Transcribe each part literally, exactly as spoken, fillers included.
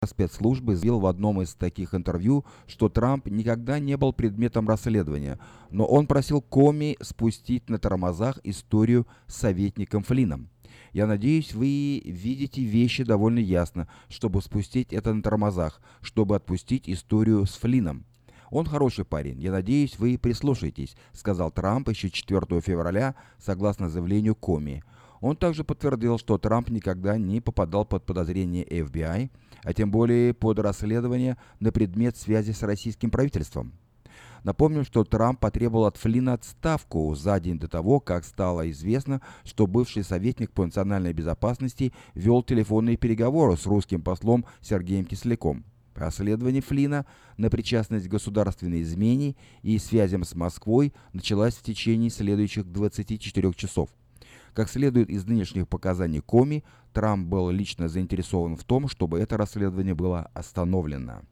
Спецслужбы заявил в одном из таких интервью, что Трамп никогда не был предметом расследования, но он просил Коми спустить на тормозах историю с советником Флинном. «Я надеюсь, вы видите вещи довольно ясно, чтобы спустить это на тормозах, чтобы отпустить историю с Флинном. Он хороший парень. Я надеюсь, вы прислушаетесь», — сказал Трамп еще четвёртого февраля, согласно заявлению Коми. Он также подтвердил, что Трамп никогда не попадал под подозрение эф би ай, а тем более под расследование на предмет связи с российским правительством. Напомним, что Трамп потребовал от Флинна отставку за день до того, как стало известно, что бывший советник по национальной безопасности вел телефонные переговоры с русским послом Сергеем Кисляком. Расследование Флинна на причастность к государственной измене и связям с Москвой началось в течение следующих двадцати четырёх часов. Как следует из нынешних показаний Коми, Трамп был лично заинтересован в том, чтобы это расследование было остановлено.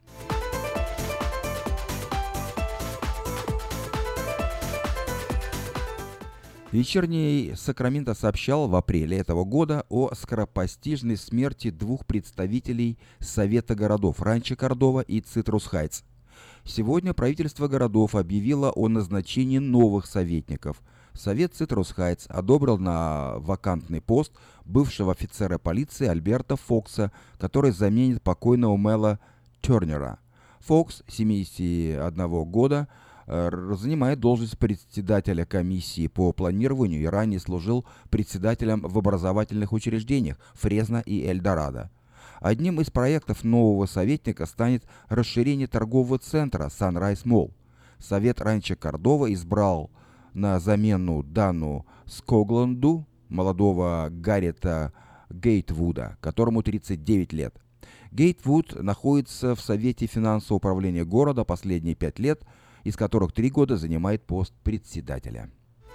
Вечерний Сакраменто сообщал в апреле этого года о скоропостижной смерти двух представителей Совета городов Ранчо Кордова и Цитрус-Хайтс. Сегодня правительство городов объявило о назначении новых советников. Совет Цитрус-Хайтс одобрил на вакантный пост бывшего офицера полиции Альберта Фокса, который заменит покойного Мэла Тернера. Фокс, семидесяти одного года, занимает должность председателя комиссии по планированию и ранее служил председателем в образовательных учреждениях Фресно и Эльдорадо. Одним из проектов нового советника станет расширение торгового центра Sunrise Mall. Совет Ранчо Кордова избрал на замену Дану Скогланду молодого Гаррета Гейтвуда, которому тридцать девять лет. Гейтвуд находится в Совете финансового управления города последние пять лет, из которых три года занимает пост председателя.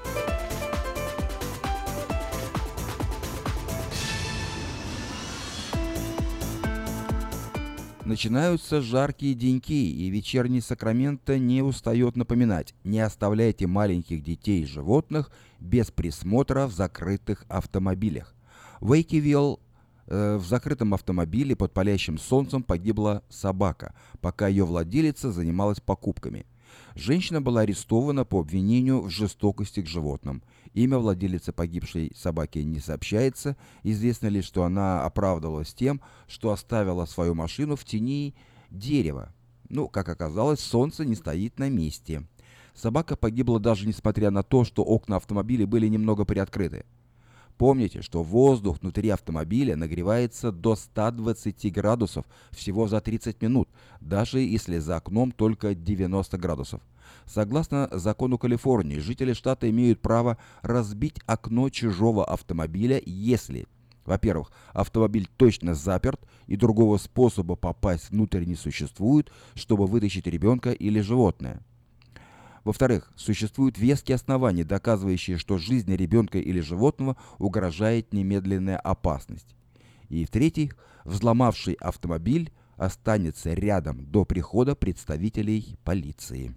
Начинаются жаркие деньки, и вечерний Сакраменто не устает напоминать: не оставляйте маленьких детей и животных без присмотра в закрытых автомобилях. В Эйкивилл э, в закрытом автомобиле под палящим солнцем погибла собака, пока ее владелица занималась покупками. Женщина была арестована по обвинению в жестокости к животным. Имя владелицы погибшей собаки не сообщается. Известно лишь, что она оправдывалась тем, что оставила свою машину в тени дерева. Ну, как оказалось, солнце не стоит на месте. Собака погибла даже несмотря на то, что окна автомобиля были немного приоткрыты. Помните, что воздух внутри автомобиля нагревается до ста двадцати градусов всего за тридцать минут, даже если за окном только девяносто градусов. Согласно закону Калифорнии, жители штата имеют право разбить окно чужого автомобиля, если, во-первых, автомобиль точно заперт и другого способа попасть внутрь не существует, чтобы вытащить ребенка или животное. Во-вторых, существуют веские основания, доказывающие, что жизни ребенка или животного угрожает немедленная опасность. И в-третьих, взломавший автомобиль останется рядом до прихода представителей полиции.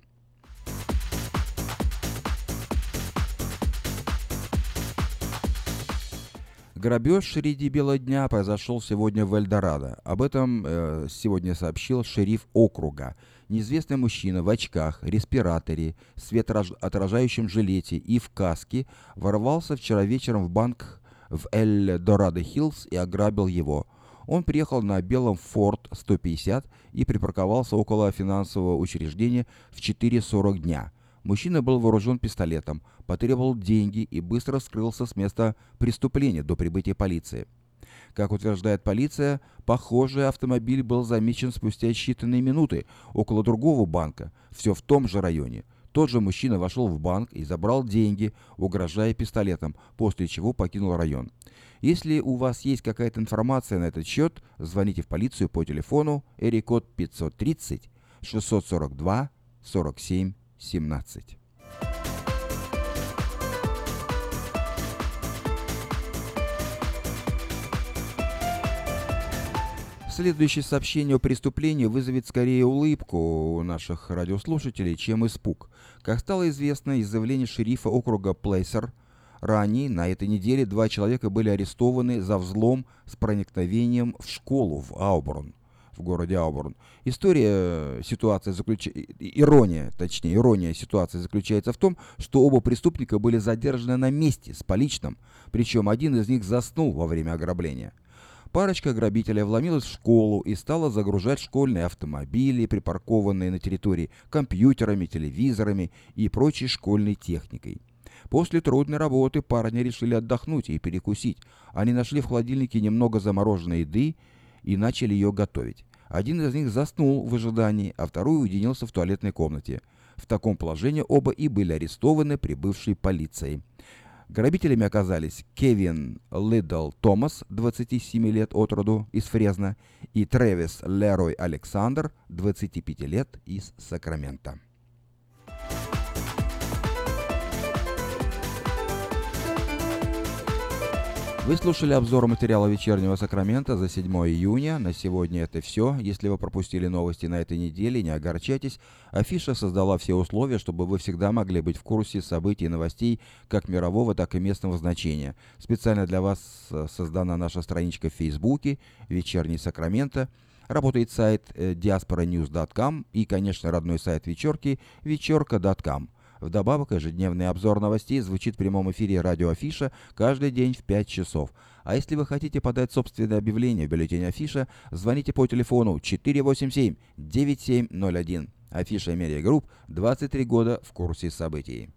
Грабеж среди бела дня произошел сегодня в Эльдорадо. Об этом э, сегодня сообщил шериф округа. Неизвестный мужчина в очках, респираторе, светоотражающем жилете и в каске ворвался вчера вечером в банк в Эль-Дорадо-Хиллз и ограбил его. Он приехал на белом Ford сто пятьдесят и припарковался около финансового учреждения в четыре сорок дня. Мужчина был вооружен пистолетом, потребовал деньги и быстро скрылся с места преступления до прибытия полиции. Как утверждает полиция, похожий автомобиль был замечен спустя считанные минуты около другого банка, все в том же районе. Тот же мужчина вошел в банк и забрал деньги, угрожая пистолетом, после чего покинул район. Если у вас есть какая-то информация на этот счет, звоните в полицию по телефону эрикод пятьсот тридцать шестьсот сорок два сорок семь семнадцать. Следующее сообщение о преступлении вызовет скорее улыбку у наших радиослушателей, чем испуг. Как стало известно из заявления шерифа округа Плейсер, ранее на этой неделе два человека были арестованы за взлом с проникновением в школу в Аубурн. в городе Аубурн. История, ситуация заключ... ирония, точнее, ирония ситуации заключается в том, что оба преступника были задержаны на месте с поличным, причем один из них заснул во время ограбления. Парочка грабителей вломилась в школу и стала загружать школьные автомобили, припаркованные на территории, компьютерами, телевизорами и прочей школьной техникой. После трудной работы парни решили отдохнуть и перекусить. Они нашли в холодильнике немного замороженной еды и начали ее готовить. Один из них заснул в ожидании, а второй уединился в туалетной комнате. В таком положении оба и были арестованы прибывшей полицией. Грабителями оказались Кевин Лидл Томас, двадцати семи лет от роду, из Фрезно, и Трэвис Лерой Александр, двадцати пяти лет, из Сакрамента. Вы слушали обзор материала «Вечернего Сакрамента» за седьмое июня. На сегодня это все. Если вы пропустили новости на этой неделе, не огорчайтесь. Афиша создала все условия, чтобы вы всегда могли быть в курсе событий и новостей как мирового, так и местного значения. Специально для вас создана наша страничка в Фейсбуке «Вечерний Сакраменто». Работает сайт диаспора ньюс точка ком и, конечно, родной сайт вечерки вечерка точка ком. Вдобавок, ежедневный обзор новостей звучит в прямом эфире радио Афиша каждый день в пять часов. А если вы хотите подать собственное объявление в бюллетень Афиша, звоните по телефону четыре восемь семь девять семь ноль один. Афиша Медиа Групп, двадцать три года в курсе событий.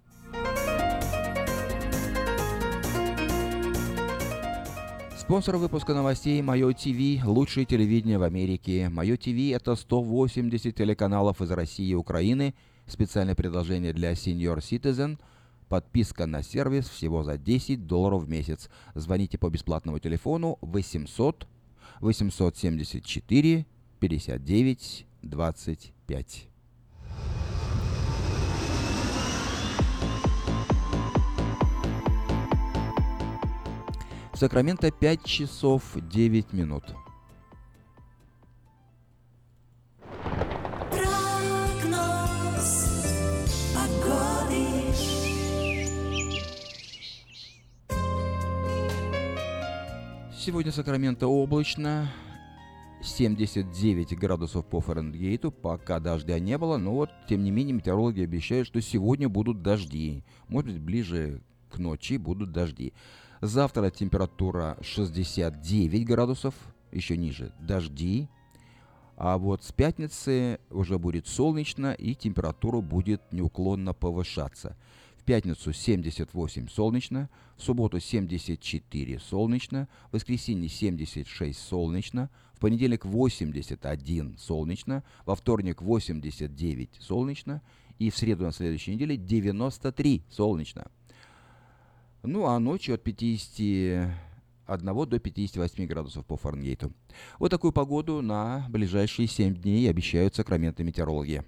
Спонсор выпуска новостей Мое ТВ, лучшее телевидение в Америке. Мое ТВ — это сто восемьдесят телеканалов из России и Украины. Специальное предложение для Senior Citizen. Подписка на сервис всего за десять долларов в месяц. Звоните по бесплатному телефону восемьсот восемьсот семьдесят четыре пятьдесят девять двадцать пять. В Сакраменто пять часов девять минут. Сегодня Сакраменто облачно, семьдесят девять градусов по Фаренгейту, пока дождя не было, но вот, тем не менее, метеорологи обещают, что сегодня будут дожди, может быть, ближе к ночи будут дожди. Завтра температура шестьдесят девять градусов, еще ниже дожди, а вот с пятницы уже будет солнечно и температура будет неуклонно повышаться. В пятницу семьдесят восемь солнечно, в субботу семьдесят четыре солнечно, в воскресенье семьдесят шесть солнечно, в понедельник восемьдесят один солнечно, во вторник восемьдесят девять солнечно и в среду на следующей неделе девяносто три солнечно. Ну а ночью от пятидесяти одного до пятидесяти восьми градусов по Фаренгейту. Вот такую погоду на ближайшие семь дней обещают Сакраменто метеорологи.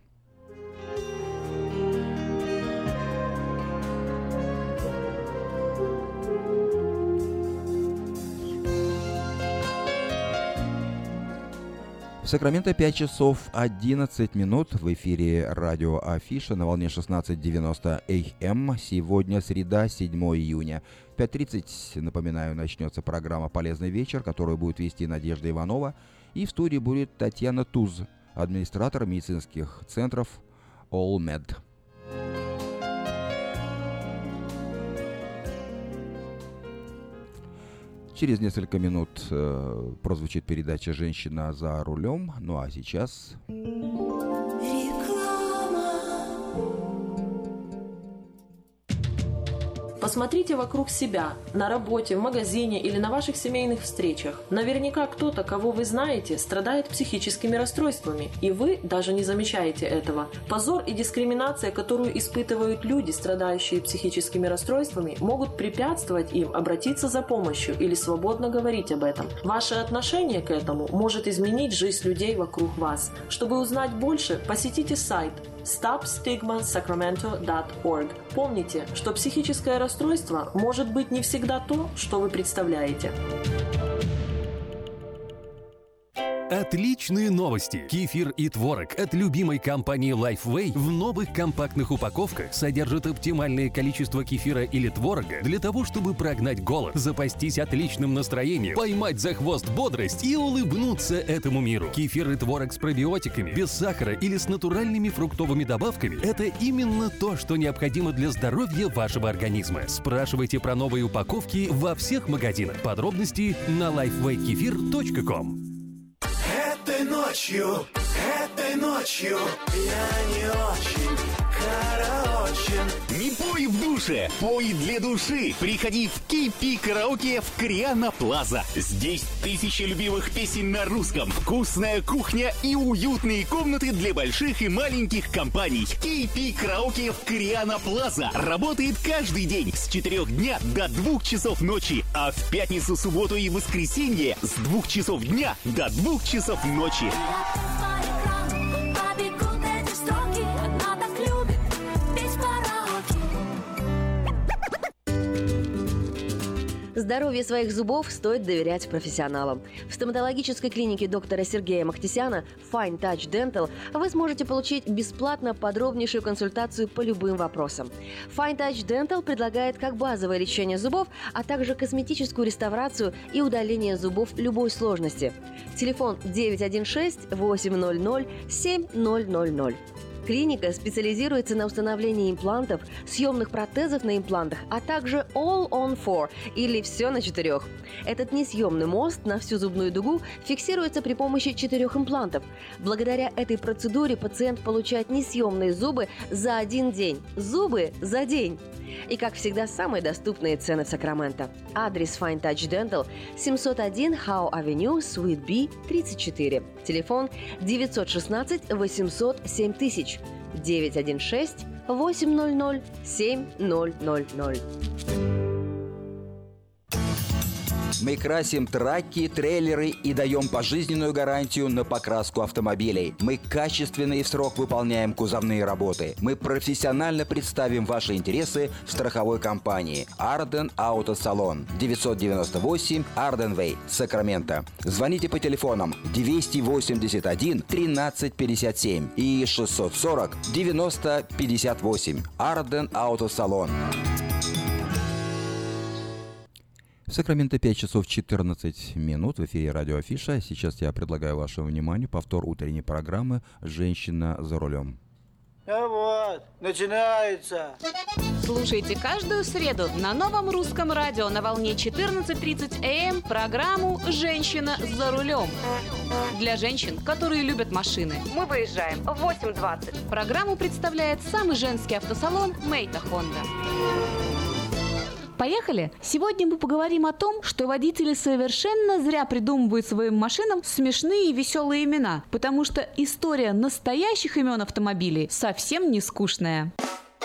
В Сакраменто пять часов одиннадцать минут. В эфире радио Афиша на волне шестнадцать девяносто эй эм. Сегодня среда, седьмое июня. В пять тридцать, напоминаю, начнется программа «Полезный вечер», которую будет вести Надежда Иванова. И в студии будет Татьяна Туз, администратор медицинских центров AllMed. Через несколько минут э, прозвучит передача «Женщина за рулем». Ну а сейчас... Посмотрите вокруг себя, на работе, в магазине или на ваших семейных встречах. Наверняка кто-то, кого вы знаете, страдает психическими расстройствами, и вы даже не замечаете этого. Позор и дискриминация, которую испытывают люди, страдающие психическими расстройствами, могут препятствовать им обратиться за помощью или свободно говорить об этом. Ваше отношение к этому может изменить жизнь людей вокруг вас. Чтобы узнать больше, посетите сайт стоп стигма сакраменто точка орг. Помните, что психическое расстройство может быть не всегда то, что вы представляете. Отличные новости! Кефир и творог от любимой компании Lifeway в новых компактных упаковках содержат оптимальное количество кефира или творога для того, чтобы прогнать голод, запастись отличным настроением, поймать за хвост бодрость и улыбнуться этому миру. Кефир и творог с пробиотиками, без сахара или с натуральными фруктовыми добавками – это именно то, что необходимо для здоровья вашего организма. Спрашивайте про новые упаковки во всех магазинах. Подробности на лайфвей кефир точка ком. Этой ночью, этой ночью я не очень караочен. Не пой в душе, пой для души. Приходи в кей пи Караоке в Кориана Плаза. Здесь тысячи любимых песен на русском, вкусная кухня и уютные комнаты для больших и маленьких компаний. кей пи Караоке в Кориана Плаза работает каждый день с четырёх дня до двух часов ночи, а в пятницу, субботу и воскресенье с двух часов дня до двух часов ночи. Здоровье своих зубов стоит доверять профессионалам. В стоматологической клинике доктора Сергея Махтисяна Fine Touch Dental вы сможете получить бесплатно подробнейшую консультацию по любым вопросам. Fine Touch Dental предлагает как базовое лечение зубов, а также косметическую реставрацию и удаление зубов любой сложности. Телефон девять один шесть восемь ноль ноль семь ноль ноль ноль. Клиника специализируется на установлении имплантов, съемных протезов на имплантах, а также All on Four или все на четырех. Этот несъемный мост на всю зубную дугу фиксируется при помощи четырех имплантов. Благодаря этой процедуре пациент получает несъемные зубы за один день. Зубы за день! И, как всегда, самые доступные цены в Сакраменто. Адрес Fine Touch Dental семьсот один Howe Avenue, Suite B, тридцать четыре. Телефон девять один шесть восемьсот семь тысяч. девять один шесть восемь ноль ноль семь ноль ноль ноль. Мы красим траки, трейлеры и даем пожизненную гарантию на покраску автомобилей. Мы качественно и в срок выполняем кузовные работы. Мы профессионально представим ваши интересы в страховой компании Арден Auto Salon, девятьсот девяносто восемь Арден Way, Сакраменто. Звоните по телефонам двести восемьдесят один тринадцать пятьдесят семь и шестьсот сорок девяносто пятьдесят восемь. Арден Auto Salon. В Сакраменто пять часов четырнадцать минут. В эфире радио Афиша. Сейчас я предлагаю вашему вниманию повтор утренней программы «Женщина за рулем». А вот, начинается. Слушайте каждую среду на новом русском радио на волне четырнадцать тридцать эй эм программу «Женщина за рулем». Для женщин, которые любят машины. Мы выезжаем в восемь двадцать. Программу представляет самый женский автосалон «Мейта Хонда». Поехали! Сегодня мы поговорим о том, что водители совершенно зря придумывают своим машинам смешные и веселые имена, потому что история настоящих имен автомобилей совсем не скучная.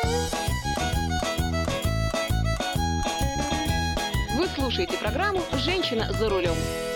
Вы слушаете программу «Женщина за рулем».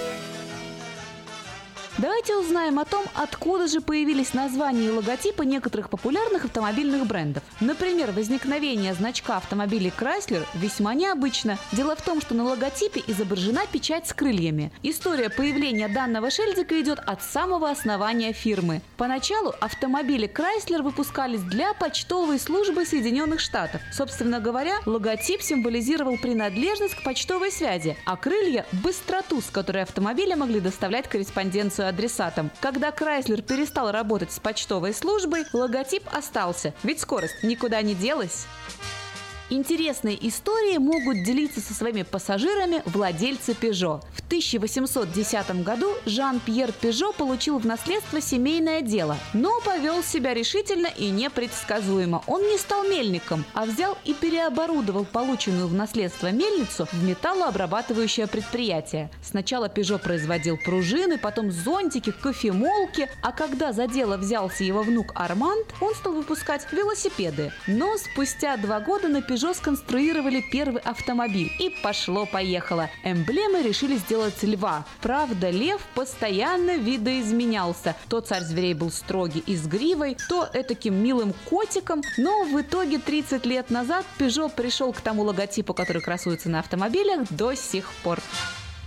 Давайте узнаем о том, откуда же появились названия и логотипы некоторых популярных автомобильных брендов. Например, возникновение значка автомобилей Chrysler весьма необычно. Дело в том, что на логотипе изображена печать с крыльями. История появления данного шильдика идет от самого основания фирмы. Поначалу автомобили Chrysler выпускались для почтовой службы Соединенных Штатов. Собственно говоря, логотип символизировал принадлежность к почтовой связи, а крылья – быстроту, с которой автомобили могли доставлять корреспонденцию адресатам. Когда Chrysler перестал работать с почтовой службой, логотип остался, ведь скорость никуда не делась. Интересные истории могут делиться со своими пассажирами владельцы Peugeot. В тысяча восемьсот десятом году Жан-Пьер Пежо получил в наследство семейное дело, но повел себя решительно и непредсказуемо. Он не стал мельником, а взял и переоборудовал полученную в наследство мельницу в металлообрабатывающее предприятие. Сначала Пежо производил пружины, потом зонтики, кофемолки, а когда за дело взялся его внук Арманд, он стал выпускать велосипеды. Но спустя два года на Peugeot сконструировали первый автомобиль. И пошло-поехало. Эмблемой решили сделать льва. Правда, лев постоянно видоизменялся. То царь зверей был строгий и с гривой, то этаким милым котиком. Но в итоге тридцать лет назад Peugeot пришел к тому логотипу, который красуется на автомобилях до сих пор.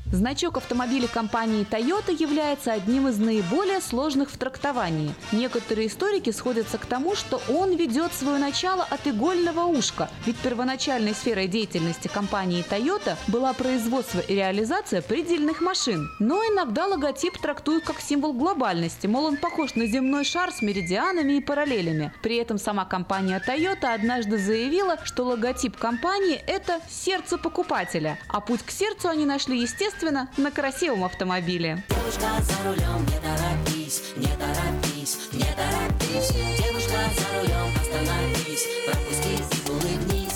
Значок автомобиля компании Toyota является одним из наиболее сложных в трактовании. Некоторые историки сходятся к тому, что он ведет свое начало от игольного ушка, ведь первоначальной сферой деятельности компании Toyota была производство и реализация предельных машин. Но иногда логотип трактуют как символ глобальности, мол, он похож на земной шар с меридианами и параллелями. При этом сама компания Toyota однажды заявила, что логотип компании – это сердце покупателя, а путь к сердцу они нашли, естественно, на красивом автомобиле. Девушка за рулем, не торопись, не торопись, не торопись. Девушка за рулем, остановись, пропусти и улыбнись.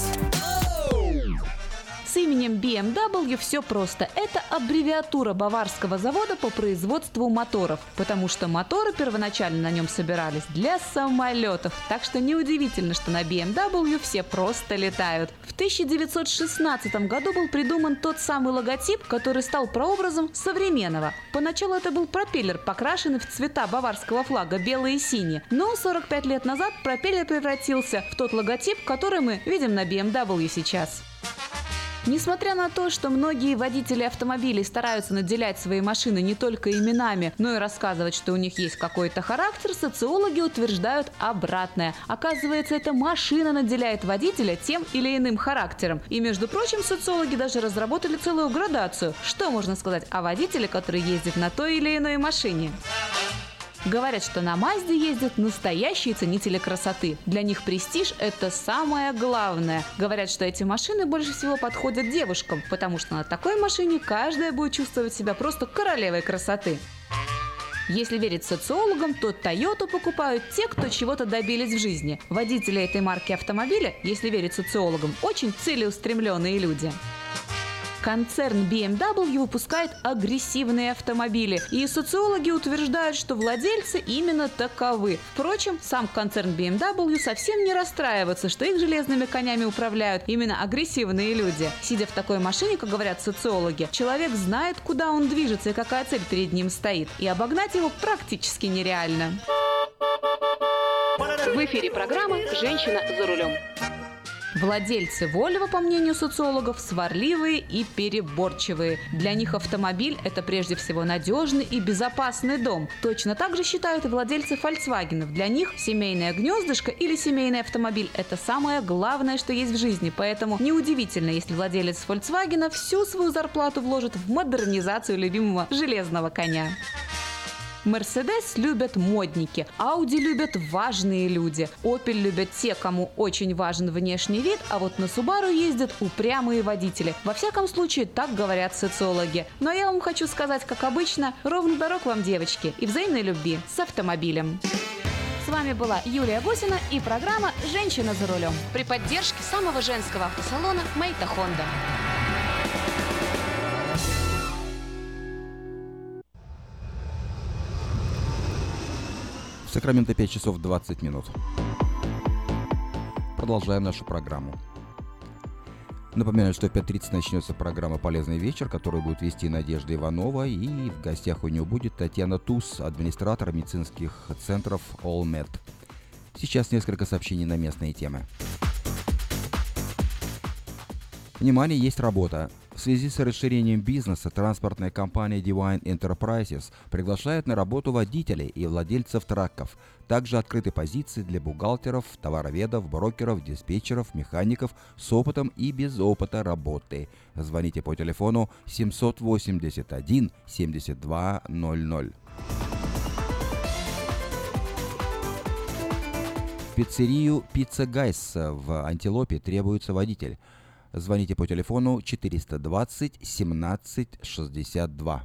С именем би эм дабл ю все просто. Это аббревиатура баварского завода по производству моторов, потому что моторы первоначально на нем собирались для самолетов. Так что неудивительно, что на би эм дабл ю все просто летают. В тысяча девятьсот шестнадцатом году был придуман тот самый логотип, который стал прообразом современного. Поначалу это был пропеллер, покрашенный в цвета баварского флага белый и синий. Но сорок пять лет назад пропеллер превратился в тот логотип, который мы видим на би эм дабл ю сейчас. Несмотря на то, что многие водители автомобилей стараются наделять свои машины не только именами, но и рассказывать, что у них есть какой-то характер, социологи утверждают обратное. Оказывается, эта машина наделяет водителя тем или иным характером. И, между прочим, социологи даже разработали целую градацию. Что можно сказать о водителе, который ездит на той или иной машине? Говорят, что на Мазде ездят настоящие ценители красоты. Для них престиж – это самое главное. Говорят, что эти машины больше всего подходят девушкам, потому что на такой машине каждая будет чувствовать себя просто королевой красоты. Если верить социологам, то Toyota покупают те, кто чего-то добились в жизни. Водители этой марки автомобиля, если верить социологам, очень целеустремленные люди. Концерн би эм дабл ю выпускает агрессивные автомобили, и социологи утверждают, что владельцы именно таковы. Впрочем, сам концерн би эм дабл ю совсем не расстраивается, что их железными конями управляют именно агрессивные люди. Сидя в такой машине, как говорят социологи, человек знает, куда он движется и какая цель перед ним стоит, и обогнать его практически нереально. В эфире программа «Женщина за рулем». Владельцы Volvo, по мнению социологов, сварливые и переборчивые. Для них автомобиль – это прежде всего надежный и безопасный дом. Точно так же считают и владельцы Volkswagen. Для них семейное гнездышко или семейный автомобиль – это самое главное, что есть в жизни. Поэтому неудивительно, если владелец Volkswagen всю свою зарплату вложит в модернизацию любимого железного коня. Мерседес любят модники, Ауди любят важные люди, Опель любят те, кому очень важен внешний вид, а вот на Субару ездят упрямые водители. Во всяком случае, так говорят социологи. Но я вам хочу сказать, как обычно, ровно дорог вам, девочки, и взаимной любви с автомобилем. С вами была Юлия Гусина и программа «Женщина за рулем» при поддержке самого женского автосалона «Мэйта Хонда». В Сакраменто пять часов двадцать минут. Продолжаем нашу программу. Напоминаю, что в пять тридцать начнется программа «Полезный вечер», которую будет вести Надежда Иванова, и в гостях у нее будет Татьяна Туз, администратор медицинских центров AllMed. Сейчас несколько сообщений на местные темы. Внимание, есть работа. В связи с расширением бизнеса транспортная компания Divine Enterprises приглашает на работу водителей и владельцев траков. Также открыты позиции для бухгалтеров, товароведов, брокеров, диспетчеров, механиков с опытом и без опыта работы. Звоните по телефону семь восемьдесят один семьдесят два ноль ноль. В пиццерию Pizza Guys в Антилопе требуется водитель. Звоните по телефону четыреста двадцать семнадцать шестьдесят два.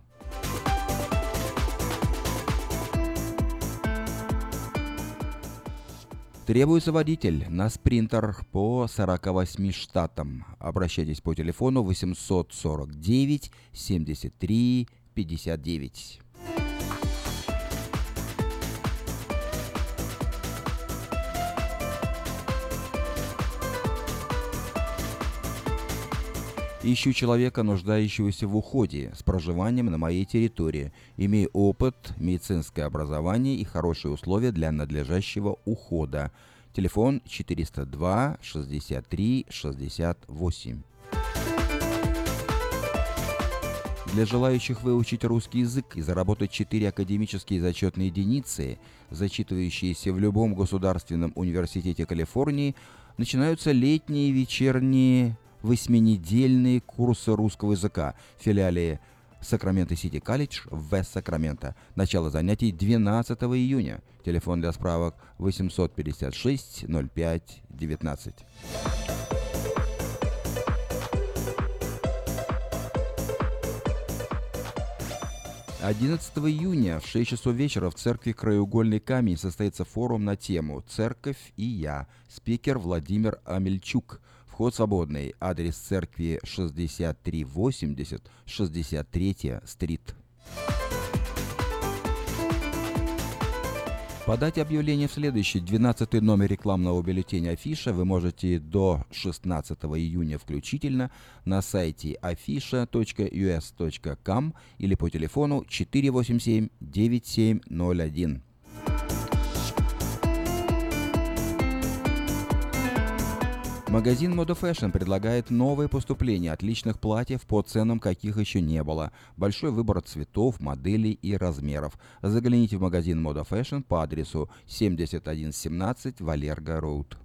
Требуется водитель на спринтер по сорока восьми штатам. Обращайтесь по телефону восемьсот сорок девять семьдесят три пятьдесят девять. Ищу человека, нуждающегося в уходе, с проживанием на моей территории. Имею опыт, медицинское образование и хорошие условия для надлежащего ухода. Телефон четыреста два шестьдесят три шестьдесят восемь. Для желающих выучить русский язык и заработать четыре академические зачетные единицы, зачитывающиеся в любом государственном университете Калифорнии, начинаются летние, вечерние, восьминедельные курсы русского языка в филиале Сакраменто Сити Колледж в Вест-Сакраменто. Начало занятий двенадцатого июня. Телефон для справок восемьсот пятьдесят шесть ноль пять девятнадцать. одиннадцатого июня в шесть часов вечера в церкви «Краеугольный камень» состоится форум на тему «Церковь и я». Спикер Владимир Амельчук. Вход свободный. Адрес церкви шестьдесят три восемьдесят шестьдесят третья стрит. Подать объявление в следующий двенадцатый номер рекламного бюллетеня «Афиша» вы можете до шестнадцатого июня включительно на сайте афиша точка ю эс точка ком или по телефону четыре восемь семь девять семь ноль один. Магазин Moda Fashion предлагает новые поступления отличных платьев по ценам, каких еще не было. Большой выбор цветов, моделей и размеров. Загляните в магазин Moda Fashion по адресу семьдесят один семнадцать Валерго Роуд.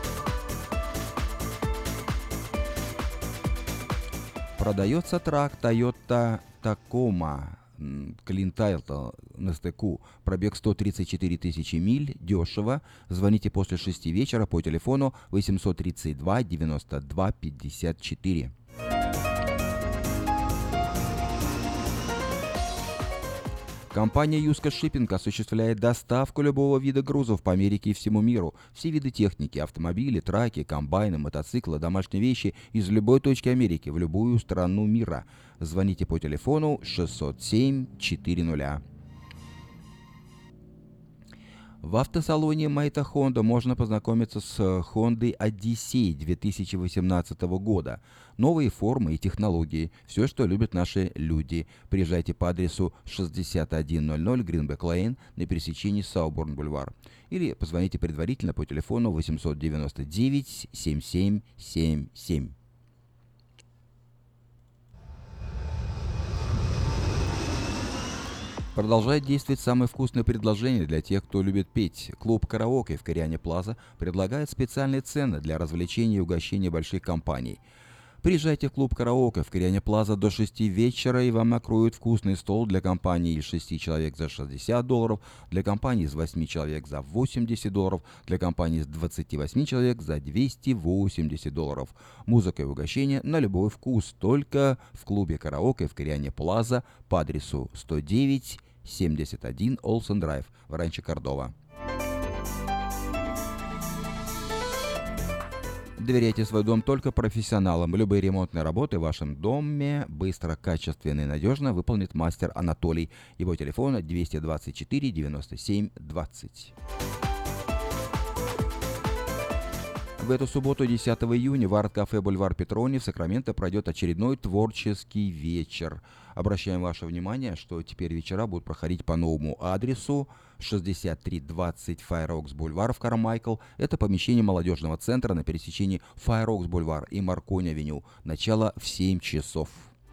Продается трак Toyota Tacoma Clean Title на стыку. Пробег сто тридцать четыре тысячи миль. Дешево. Звоните после шести вечера по телефону восемьсот тридцать два девяносто два пятьдесят четыре. Компания Юска Шиппинг осуществляет доставку любого вида грузов по Америке и всему миру. Все виды техники, автомобили, траки, комбайны, мотоциклы, домашние вещи из любой точки Америки в любую страну мира. Звоните по телефону шестьсот семь четыреста. В автосалоне Мэйта Honda можно познакомиться с Honda Odyssey две тысячи восемнадцатого года. Новые формы и технологии. Все, что любят наши люди. Приезжайте по адресу шестьдесят один ноль Гринбек Лейн на пересечении Сауборн Бульвар. Или позвоните предварительно по телефону восемьсот девяносто девять семь семь семь семь. Продолжает действовать самое вкусное предложение для тех, кто любит петь. Клуб «Караоке» в Кориане Плаза предлагает специальные цены для развлечения и угощения больших компаний. Приезжайте в клуб «Караоке» в Кориане Плаза до шести вечера, и вам накроют вкусный стол для компании из шести человек за шестьдесят долларов, для компании из восьми человек за восемьдесят долларов, для компании из двадцати восьми человек за двести восемьдесят долларов. Музыка и угощение на любой вкус, только в клубе «Караоке» в Кориане Плаза по адресу сто девять семьдесят один Олсен Драйв в Ранчо Кордова. Доверяйте свой дом только профессионалам. Любые ремонтные работы в вашем доме быстро, качественно и надежно выполнит мастер Анатолий. Его телефон двести двадцать четыре девяносто семь двадцать. В эту субботу, десятого июня, в арт-кафе «Бульвар Петрони» в Сакраменто пройдет очередной творческий вечер. Обращаем ваше внимание, что теперь вечера будут проходить по новому адресу шестьдесят три двадцать Fire Oaks Бульвар в Кармайкл. Это помещение молодежного центра на пересечении Fire Oaks Бульвар и Маркони-авеню. Начало в семь часов.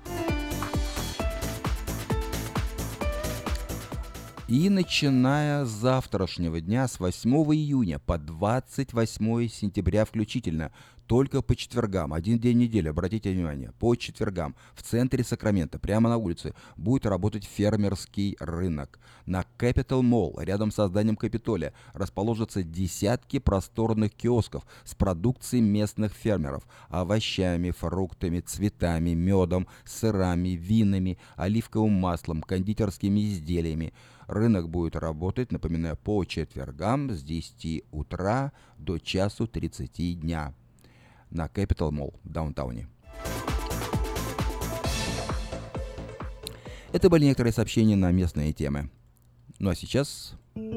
И начиная с завтрашнего дня, с восьмого июня по двадцать восьмое сентября включительно, только по четвергам, один день недели, обратите внимание, по четвергам в центре Сакрамента, прямо на улице, будет работать фермерский рынок. На Capital Mall, рядом с зданием Капитолия, расположатся десятки просторных киосков с продукцией местных фермеров, овощами, фруктами, цветами, медом, сырами, винами, оливковым маслом, кондитерскими изделиями. Рынок будет работать, напоминаю, по четвергам с десяти утра до часу тридцати дня на Capital Mall в даунтауне. Это были некоторые сообщения на местные темы. Ну а сейчас...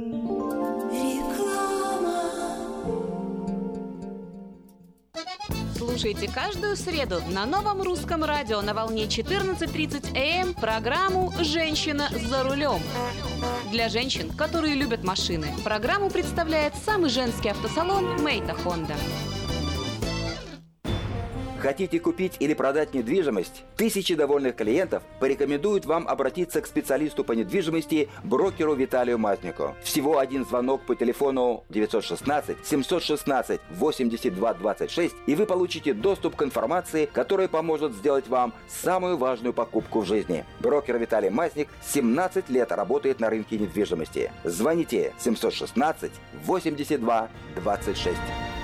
Слушайте каждую среду на Новом Русском радио на волне четырнадцать тридцать эй эм программу «Женщина за рулем». Для женщин, которые любят машины, программу представляет самый женский автосалон «Мэйта Honda». Хотите купить или продать недвижимость? Тысячи довольных клиентов порекомендуют вам обратиться к специалисту по недвижимости, брокеру Виталию Мазнику. Всего один звонок по телефону девятьсот шестнадцать семьсот шестнадцать восемьдесят два двадцать шесть, и вы получите доступ к информации, которая поможет сделать вам самую важную покупку в жизни. Брокер Виталий Мазник семнадцать лет работает на рынке недвижимости. Звоните семьсот шестнадцать восемьдесят два двадцать шесть.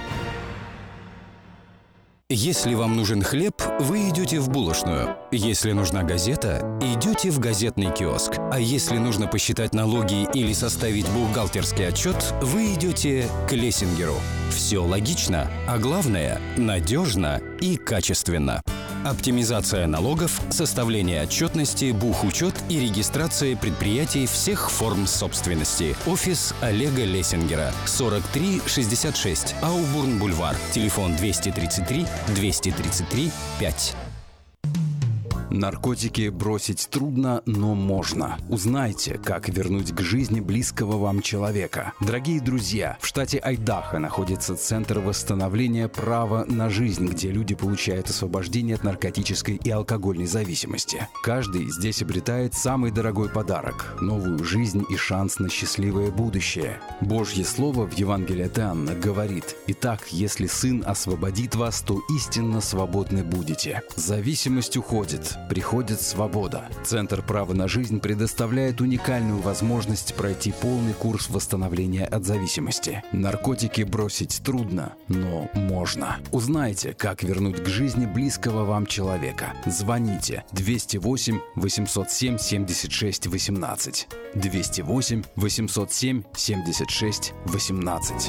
Если вам нужен хлеб, вы идете в булочную. Если нужна газета, идете в газетный киоск. А если нужно посчитать налоги или составить бухгалтерский отчет, вы идете к Лессингеру. Все логично, а главное – надежно и качественно. Оптимизация налогов, составление отчетности, бухучет и регистрация предприятий всех форм собственности. Офис Олега Лессингера. сорок три шестьдесят шесть. Аубурн-Бульвар. Телефон двести тридцать три двести тридцать три пять. Наркотики бросить трудно, но можно. Узнайте, как вернуть к жизни близкого вам человека. Дорогие друзья, в штате Айдахо находится Центр восстановления права на жизнь, где люди получают освобождение от наркотической и алкогольной зависимости. Каждый здесь обретает самый дорогой подарок – новую жизнь и шанс на счастливое будущее. Божье Слово в Евангелии от Иоанна говорит: «Итак, если Сын освободит вас, то истинно свободны будете». Зависимость уходит. Приходит свобода. Центр права на жизнь предоставляет уникальную возможность пройти полный курс восстановления от зависимости. Наркотики бросить трудно, но можно. Узнайте, как вернуть к жизни близкого вам человека. Звоните двести восемь восемьсот семь семьдесят шесть восемнадцать. двести восемь восемьсот семь семьдесят шесть восемнадцать.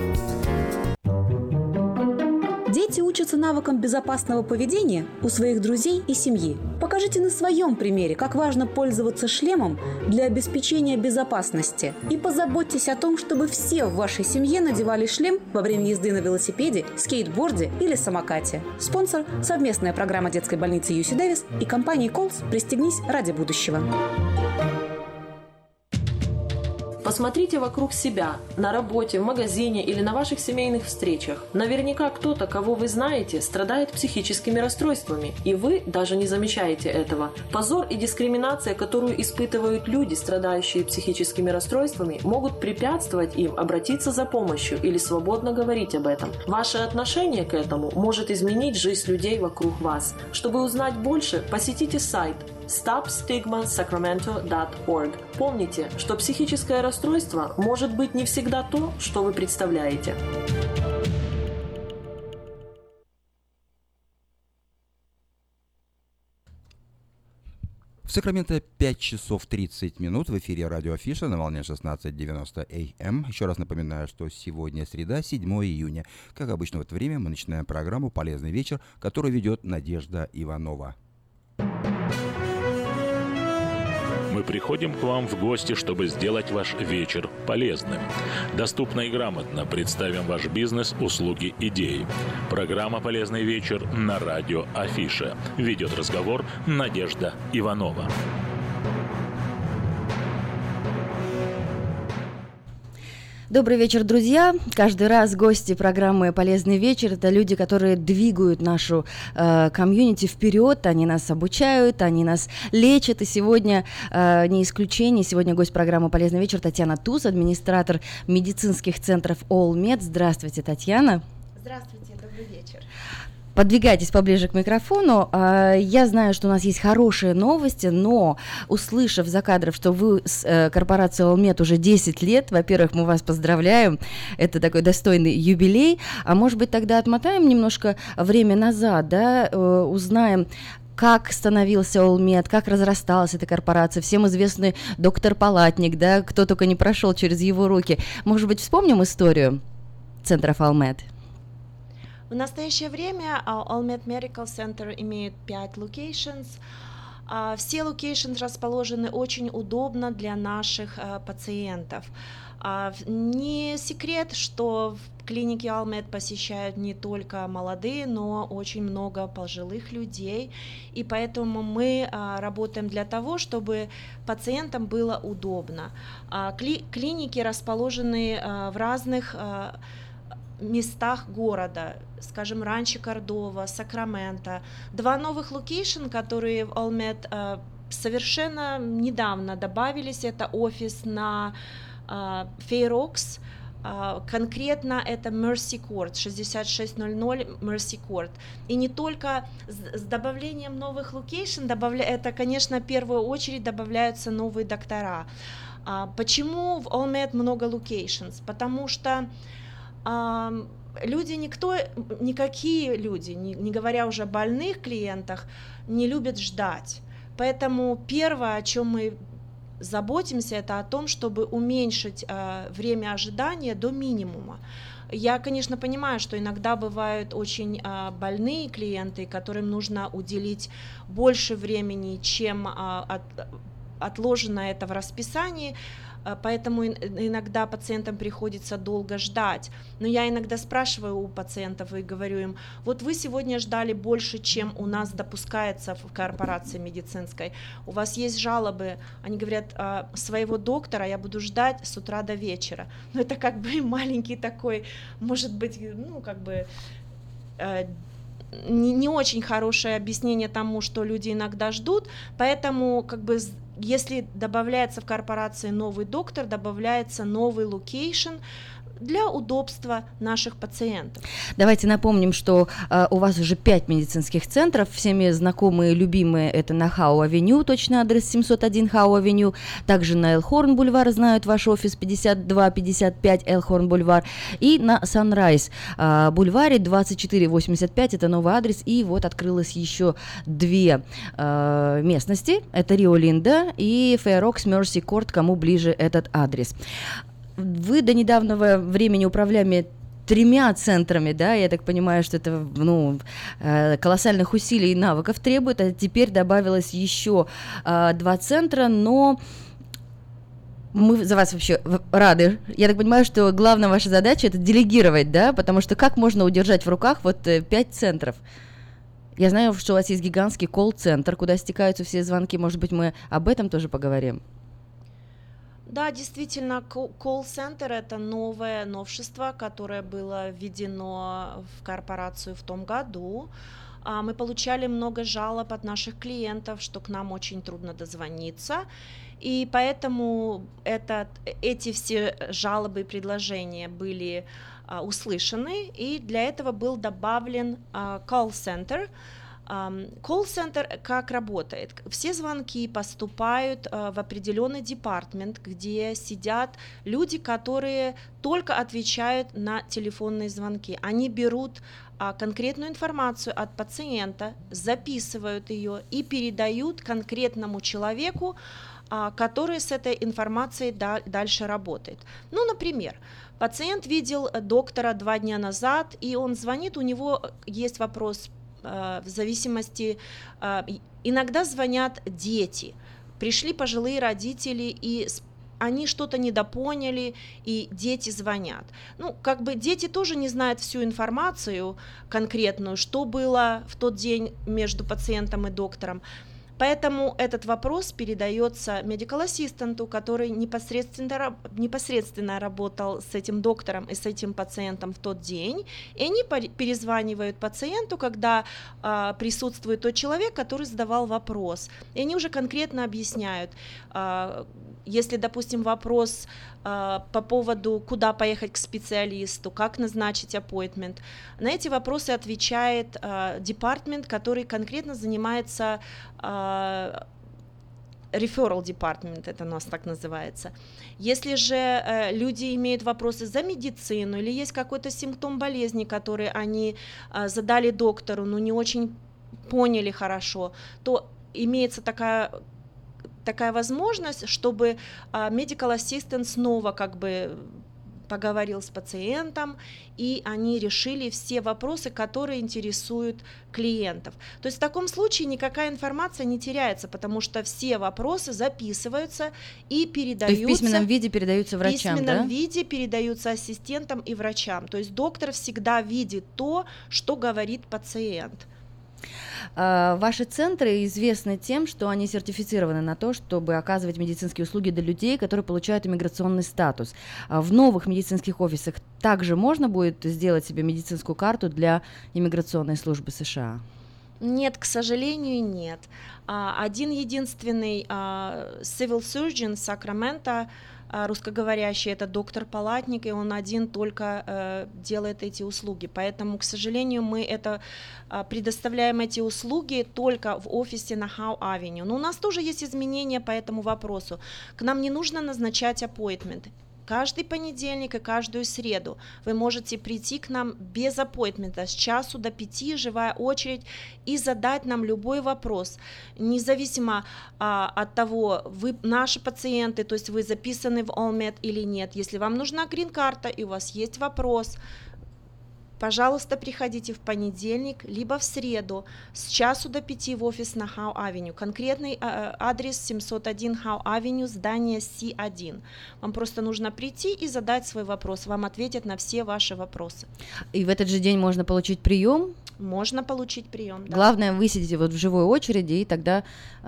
Дети учатся навыкам безопасного поведения у своих друзей и семьи. Покажите на своем примере, как важно пользоваться шлемом для обеспечения безопасности. И позаботьтесь о том, чтобы все в вашей семье надевали шлем во время езды на велосипеде, скейтборде или самокате. Спонсор – совместная программа детской больницы Ю Си Дэвис и компании Колс «Пристегнись ради будущего». Посмотрите вокруг себя, на работе, в магазине или на ваших семейных встречах. Наверняка кто-то, кого вы знаете, страдает психическими расстройствами, и вы даже не замечаете этого. Позор и дискриминация, которую испытывают люди, страдающие психическими расстройствами, могут препятствовать им обратиться за помощью или свободно говорить об этом. Ваше отношение к этому может изменить жизнь людей вокруг вас. Чтобы узнать больше, посетите сайт стоп стигма сакраменто точка орг. Помните, что психическое расстройство может быть не всегда то, что вы представляете. В Сакраменто пять часов тридцать минут, в эфире радио Афиша на волне шестнадцать девяносто эй эм. Еще раз напоминаю, что сегодня среда, седьмое июня. Как обычно в это время мы начинаем программу «Полезный вечер», которую ведет Надежда Иванова. Мы приходим к вам в гости, чтобы сделать ваш вечер полезным. Доступно и грамотно представим ваш бизнес, услуги, идеи. Программа «Полезный вечер» на радио Афиша. Ведет разговор Надежда Иванова. Добрый вечер, друзья. Каждый раз гости программы «Полезный вечер» — это люди, которые двигают нашу э, комьюнити вперед, они нас обучают, они нас лечат. И сегодня э, не исключение. Сегодня гость программы «Полезный вечер» Татьяна Туз, администратор медицинских центров AllMed. Здравствуйте, Татьяна. Здравствуйте, добрый вечер. Подвигайтесь поближе к микрофону. Я знаю, что у нас есть хорошие новости, но, услышав за кадров, что вы с корпорацией AllMed уже десять лет, во-первых, мы вас поздравляем, это такой достойный юбилей, а может быть тогда отмотаем немножко время назад, да, узнаем, как становился AllMed, как разрасталась эта корпорация. Всем известный доктор Палатник, да, кто только не прошел через его руки. Может быть, вспомним историю центров AllMed? В настоящее время AllMed Medical Center имеет пять locations. Все locations расположены очень удобно для наших пациентов. Не секрет, что в клинике AllMed посещают не только молодые, но очень много пожилых людей, и поэтому мы работаем для того, чтобы пациентам было удобно. Клиники расположены в разных местах города, скажем, Ранчо Кордова, Сакраменто. Два новых локейшн, которые в Олмет э, совершенно недавно добавились, это офис на э, Fair Oaks, э, конкретно это Mercy Court, шестьдесят шесть ноль ноль Mercy Court. И не только с, с добавлением новых локейшн, добавля... это, конечно, в первую очередь добавляются новые доктора. А, почему в Олмет много локейшнс? Потому что а, люди, никто, никакие люди, не, не говоря уже о больных клиентах, не любят ждать. Поэтому первое, о чем мы заботимся, это о том, чтобы уменьшить э, время ожидания до минимума. Я, конечно, понимаю, что иногда бывают очень э, больные клиенты, которым нужно уделить больше времени, чем э, от, отложено это в расписании, поэтому иногда пациентам приходится долго ждать. Но я иногда спрашиваю у пациентов и говорю им: вот вы сегодня ждали больше, чем у нас допускается в корпорации медицинской, у вас есть жалобы? Они говорят: своего доктора я буду ждать с утра до вечера. Но это как бы маленький такой, может быть, ну как бы не, не очень хорошее объяснение тому, что люди иногда ждут, поэтому как бы если добавляется в корпорации новый доктор, добавляется новый локейшн для удобства наших пациентов. Давайте напомним, что э, у вас уже пять медицинских центров, всеми знакомые, любимые, это на Хау-авеню, точно адрес семьсот один Хау-авеню, также на Элхорн-бульвар знают ваш офис пятьдесят два пятьдесят пять Элхорн-бульвар, и на Санрайз-бульваре двадцать четыре восемьдесят пять, это новый адрес, и вот открылось еще две э, местности, это Рио-Линда и Fair Oaks Mercy Court, кому ближе этот адрес. Вы до недавнего времени управляли тремя центрами, да, я так понимаю, что это, ну, колоссальных усилий и навыков требует, а теперь добавилось еще а, два центра, но мы за вас вообще рады. Я так понимаю, что главная ваша задача — это делегировать, да, потому что как можно удержать в руках вот пять центров? Я знаю, что у вас есть гигантский колл-центр, куда стекаются все звонки, может быть, мы об этом тоже поговорим? Да, действительно, колл-центр — это новое новшество, которое было введено в корпорацию в том году. Мы получали много жалоб от наших клиентов, что к нам очень трудно дозвониться, и поэтому этот, эти все жалобы и предложения были услышаны, и для этого был добавлен колл-центр. Колл-центр как работает? Все звонки поступают в определенный департмент, где сидят люди, которые только отвечают на телефонные звонки. Они берут конкретную информацию от пациента, записывают ее и передают конкретному человеку, который с этой информацией дальше работает. Ну, например, пациент видел доктора два дня назад, и он звонит, у него есть вопрос. В зависимости, иногда звонят дети, пришли пожилые родители, и они что-то недопоняли, и дети звонят. Ну, как бы дети тоже не знают всю информацию конкретную, что было в тот день между пациентом и доктором. Поэтому этот вопрос передается medical assistant, который непосредственно, непосредственно работал с этим доктором и с этим пациентом в тот день, и они перезванивают пациенту, когда а, присутствует тот человек, который задавал вопрос, и они уже конкретно объясняют, а, если, допустим, вопрос а, по поводу, куда поехать к специалисту, как назначить appointment, на эти вопросы отвечает а, департмент, который конкретно занимается referral department, это у нас так называется. Если же э, люди имеют вопросы за медицину или есть какой-то симптом болезни, который они э, задали доктору, но не очень поняли хорошо, то имеется такая такая возможность, чтобы э, medical assistant снова как бы поговорил с пациентом, и они решили все вопросы, которые интересуют клиентов. То есть в таком случае никакая информация не теряется, потому что все вопросы записываются и передаются. То есть в письменном виде передаются врачам, да? В письменном виде передаются ассистентам и врачам. То есть доктор всегда видит то, что говорит пациент. А, ваши центры известны тем, что они сертифицированы на то, чтобы оказывать медицинские услуги для людей, которые получают иммиграционный статус. А в новых медицинских офисах также можно будет сделать себе медицинскую карту для иммиграционной службы США? Нет, к сожалению, нет. А, Один единственный а, civil surgeon Сакраменто, а, русскоговорящий, это доктор Палатник, и он один только э, делает эти услуги. Поэтому, к сожалению, мы это а, предоставляем эти услуги только в офисе на Howe-Avenue. Но у нас тоже есть изменения по этому вопросу. К нам не нужно назначать appointment. Каждый понедельник и каждую среду вы можете прийти к нам без аппоинтмента, с часу до пяти, живая очередь, и задать нам любой вопрос, независимо а, от того, вы наши пациенты, то есть вы записаны в Олмет или нет. Если вам нужна грин-карта и у вас есть вопрос, пожалуйста, приходите в понедельник, либо в среду с часу до пяти в офис на Howe-Avenue. Конкретный э, адрес семьсот один Howe-Avenue, здание Си один. Вам просто нужно прийти и задать свой вопрос. Вам ответят на все ваши вопросы. И в этот же день можно получить прием? Можно получить прием, да. Главное, вы сидите вот в живой очереди и тогда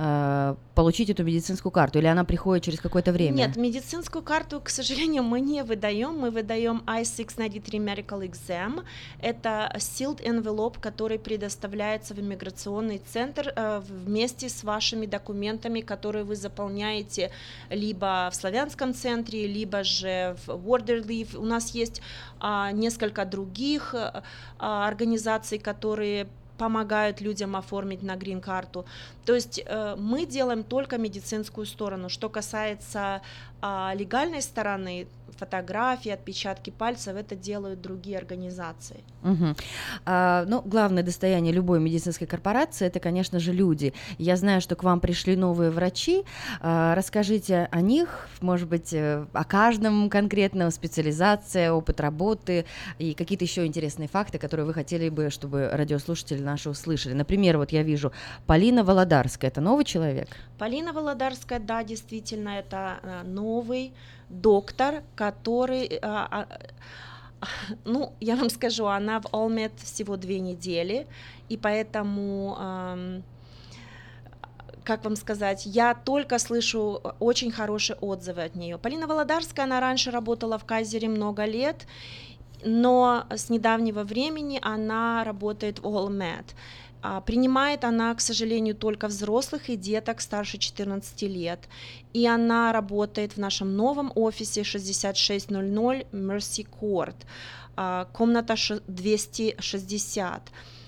э, получить эту медицинскую карту, или она приходит через какое-то время? Нет, медицинскую карту, к сожалению, мы не выдаем. Мы выдаем ай шестьсот девяносто три Medical Exam. Это sealed envelope, который предоставляется в иммиграционный центр э, вместе с вашими документами, которые вы заполняете либо в славянском центре, либо же в Border Leave. У нас есть э, несколько других э, организаций, которые которые помогают людям оформить на грин-карту. То есть э, мы делаем только медицинскую сторону. Что касается э, легальной стороны, фотографии, отпечатки пальцев, это делают другие организации. Угу. А, ну, главное достояние любой медицинской корпорации — это, конечно же, люди. Я знаю, что к вам пришли новые врачи. А, расскажите о них, может быть, о каждом конкретном, специализация, опыт работы и какие-то еще интересные факты, которые вы хотели бы, чтобы радиослушатели наши услышали. Например, вот я вижу Полина Володарская. Это новый человек? Полина Володарская, да, действительно, это э, новый доктор, который, э, э, ну, я вам скажу, она в Олмет всего две недели, и поэтому, э, как вам сказать, я только слышу очень хорошие отзывы от нее. Полина Володарская, она раньше работала в Кайзере много лет, но с недавнего времени она работает в Олмет. Принимает она, к сожалению, только взрослых и деток старше четырнадцати лет. И она работает в нашем новом офисе шестьдесят шесть ноль ноль Mercy Court, комната двести шестьдесят.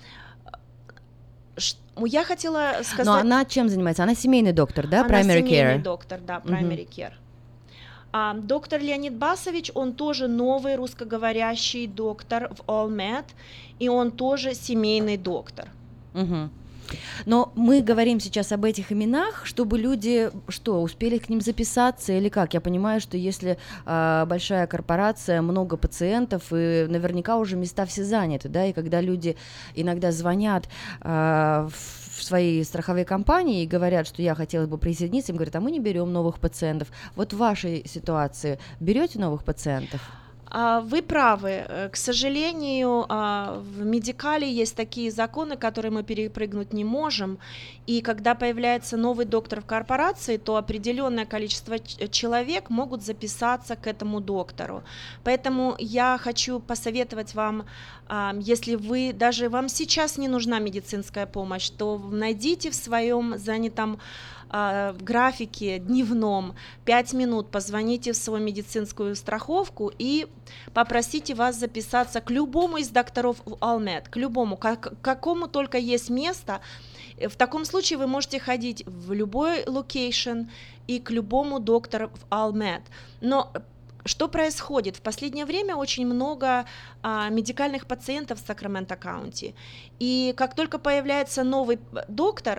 Я хотела сказать... Но она чем занимается? Она семейный доктор, да? Она Primary семейный care. доктор, да, primary care. А, доктор Леонид Басович, он тоже новый русскоговорящий доктор в Олмет, и он тоже семейный доктор. Угу. Но мы говорим сейчас об этих именах, чтобы люди что, успели к ним записаться или как? Я понимаю, что если э, большая корпорация, много пациентов, и наверняка уже места все заняты, да, и когда люди иногда звонят э, в свои страховые компании и говорят, что я хотела бы присоединиться, им говорят, а мы не берем новых пациентов. Вот в вашей ситуации берете новых пациентов? Вы правы. К сожалению, в Медикале есть такие законы, которые мы перепрыгнуть не можем. И когда появляется новый доктор в корпорации, то определенное количество человек могут записаться к этому доктору. Поэтому я хочу посоветовать вам, если вы, даже вам сейчас не нужна медицинская помощь, то найдите в своем занятом в графике дневном пять минут, позвоните в свою медицинскую страховку и попросите вас записаться к любому из докторов в Олмет, к любому, к какому только есть место. В таком случае вы можете ходить в любой локейшн и к любому доктору в Олмет. Но что происходит? В последнее время очень много а, медикальных пациентов в Сакраменто-Каунти, и как только появляется новый доктор,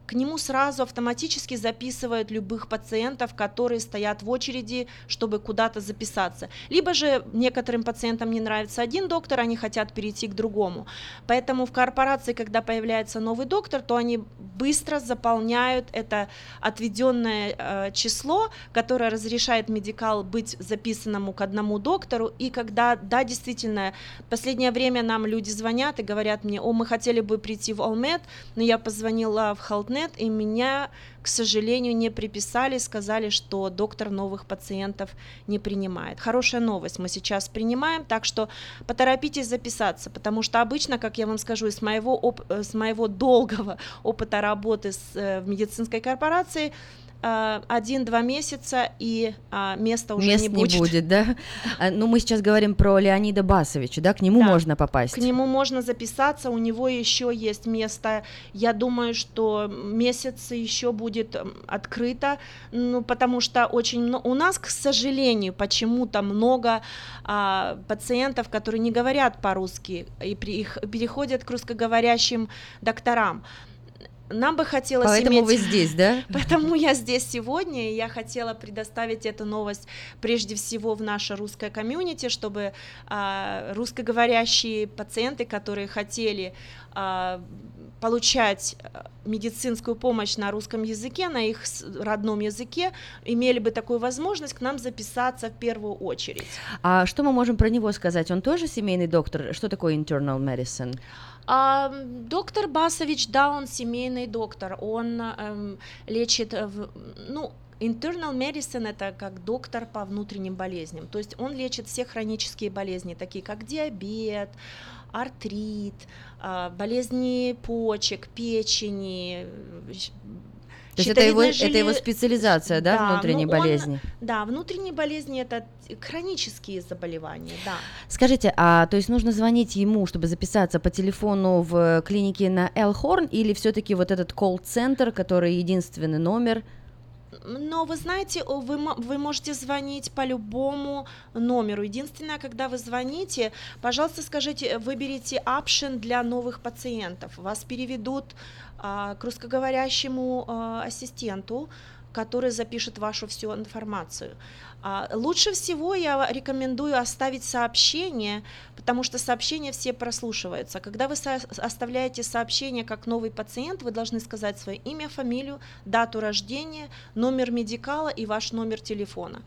к нему сразу автоматически записывают любых пациентов, которые стоят в очереди, чтобы куда-то записаться. Либо же некоторым пациентам не нравится один доктор, они хотят перейти к другому. Поэтому в корпорации, когда появляется новый доктор, то они быстро заполняют это отведенное э, число, которое разрешает медикал быть записанному к одному доктору. И когда, да, действительно, в последнее время нам люди звонят и говорят мне: о, мы хотели бы прийти в Олмет, но я позвонила в HealthNet, и меня, к сожалению, не приписали, сказали, что доктор новых пациентов не принимает. Хорошая новость, мы сейчас принимаем, так что поторопитесь записаться, потому что обычно, как я вам скажу, из моего, оп- с моего долгого опыта работы с, в медицинской корпорации, один-два месяца, и а, места уже Мест не будет. не будет, да? Ну, мы сейчас говорим про Леонида Басовича, да? К нему Да. можно попасть? К нему можно записаться, у него еще есть место. Я думаю, что месяц еще будет открыто, ну, потому что очень много... У нас, к сожалению, почему-то много а, пациентов, которые не говорят по-русски, и при, их, переходят к русскоговорящим докторам. Нам бы хотелось Поэтому иметь... вы здесь, да? Поэтому я здесь сегодня, и я хотела предоставить эту новость прежде всего в наше русское комьюнити, чтобы а, русскоговорящие пациенты, которые хотели а, получать медицинскую помощь на русском языке, на их родном языке, имели бы такую возможность к нам записаться в первую очередь. А что мы можем про него сказать? Он тоже семейный доктор? Что такое internal medicine? А, доктор Басович, да, он семейный доктор, он эм, лечит, в, ну, internal medicine — это как доктор по внутренним болезням, то есть он лечит все хронические болезни, такие как диабет, артрит, э, болезни почек, печени. То есть это его, это его специализация, да, да, внутренние ну, он, болезни? Да, внутренние болезни — это хронические заболевания, да. Скажите, а то есть нужно звонить ему, чтобы записаться по телефону в клинике на Элхорн, или все-таки вот этот колл-центр, который единственный номер? Но вы знаете, вы, вы можете звонить по любому номеру. Единственное, когда вы звоните, пожалуйста, скажите, выберите option для новых пациентов. Вас переведут а, к русскоговорящему а, ассистенту, который запишет вашу всю информацию. А, лучше всего я рекомендую оставить сообщение, потому что сообщения все прослушиваются. Когда вы со- оставляете сообщение как новый пациент, вы должны сказать свое имя, фамилию, дату рождения, номер медикала и ваш номер телефона.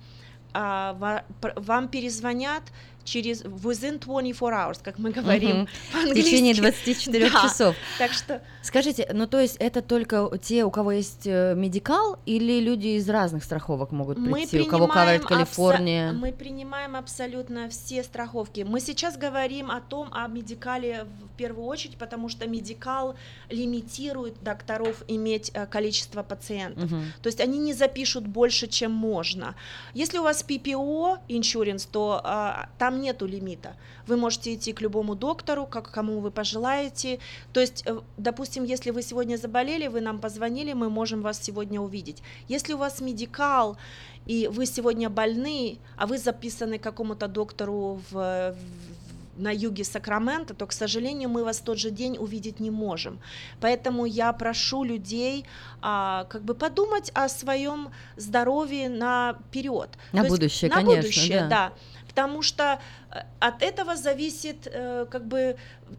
А, ва- пр- вам перезвонят через within twenty-four hours, как мы говорим Угу. по-английски. В течение двадцати четырёх Да. часов. Так что... Скажите, ну то есть это только те, у кого есть медикал, или люди из разных страховок могут Мы прийти, у кого covered абсо- Калифорния? Мы принимаем абсолютно все страховки. Мы сейчас говорим о том, о медикале в первую очередь, потому что медикал лимитирует докторов иметь э, количество пациентов. Мгм. То есть они не запишут больше, чем можно. Если у вас пи пи о insurance, то э, там нету лимита. Вы можете идти к любому доктору, как кому вы пожелаете. То есть, э, допустим, если вы сегодня заболели, вы нам позвонили, мы можем вас сегодня увидеть. Если у вас медикал, и вы сегодня больны, а вы записаны к какому-то доктору в, в на юге Сакрамента, то, к сожалению, мы вас в тот же день увидеть не можем. Поэтому я прошу людей а, как бы подумать о своем здоровье наперед. На То будущее, есть, на конечно, будущее, да. да. Потому что от этого зависит э, как бы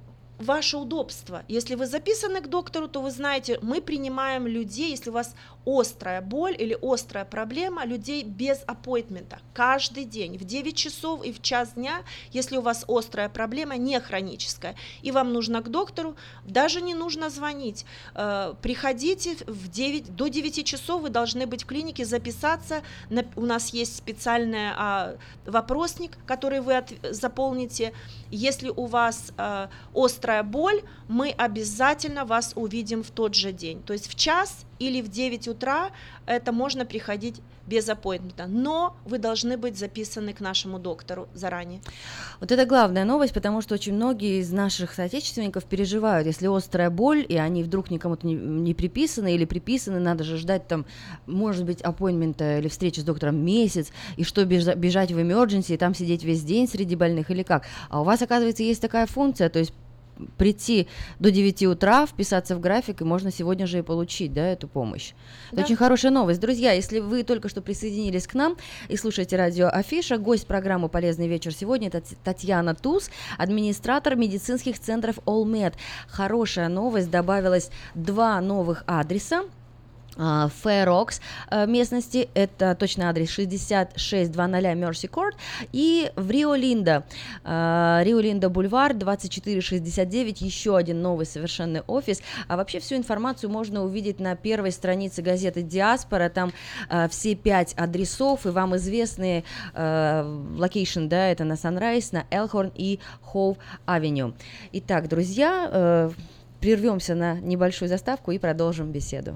ваше удобство. Если вы записаны к доктору, то вы знаете, мы принимаем людей, если у вас острая боль или острая проблема, людей без аппоинтмента каждый день в девять часов и в час дня, если у вас острая проблема, не хроническая, и вам нужно к доктору, даже не нужно звонить. Э, приходите в девять, до девяти часов вы должны быть в клинике, записаться. На, у нас есть специальный а, вопросник, который вы от, заполните. Если у вас э, острая боль, мы обязательно вас увидим в тот же день. То есть в час или в девять утра это можно приходить без аппоинтмента, но вы должны быть записаны к нашему доктору заранее. Вот это главная новость, потому что очень многие из наших соотечественников переживают, если острая боль, и они вдруг никому-то не, не приписаны или приписаны, надо же ждать там, может быть, аппоинтмента или встречи с доктором месяц, и что, бежа- бежать в emergency и там сидеть весь день среди больных или как? А у вас, оказывается, есть такая функция, то есть прийти до девяти утра, вписаться в график, и можно сегодня же и получить, да, эту помощь. Да. Это очень хорошая новость. Друзья, если вы только что присоединились к нам и слушаете радио Афиша, гость программы «Полезный вечер» сегодня — это Татьяна Туз, администратор медицинских центров All-Med. Хорошая новость, добавилось два новых адреса. Uh, Fair Oaks uh, местности, это точный адрес шестьдесят шесть двадцать Mercy Court, и в Рио-Линдо, uh, Рио-Линдо Бульвар двадцать четыре шестьдесят девять, еще один новый совершенный офис. А вообще всю информацию можно увидеть на первой странице газеты «Диаспора», там uh, все пять адресов, и вам известные локейшн, uh, да, это на Sunrise, на Элхорн и Хоув Авеню. Итак, друзья, uh, прервемся на небольшую заставку и продолжим беседу.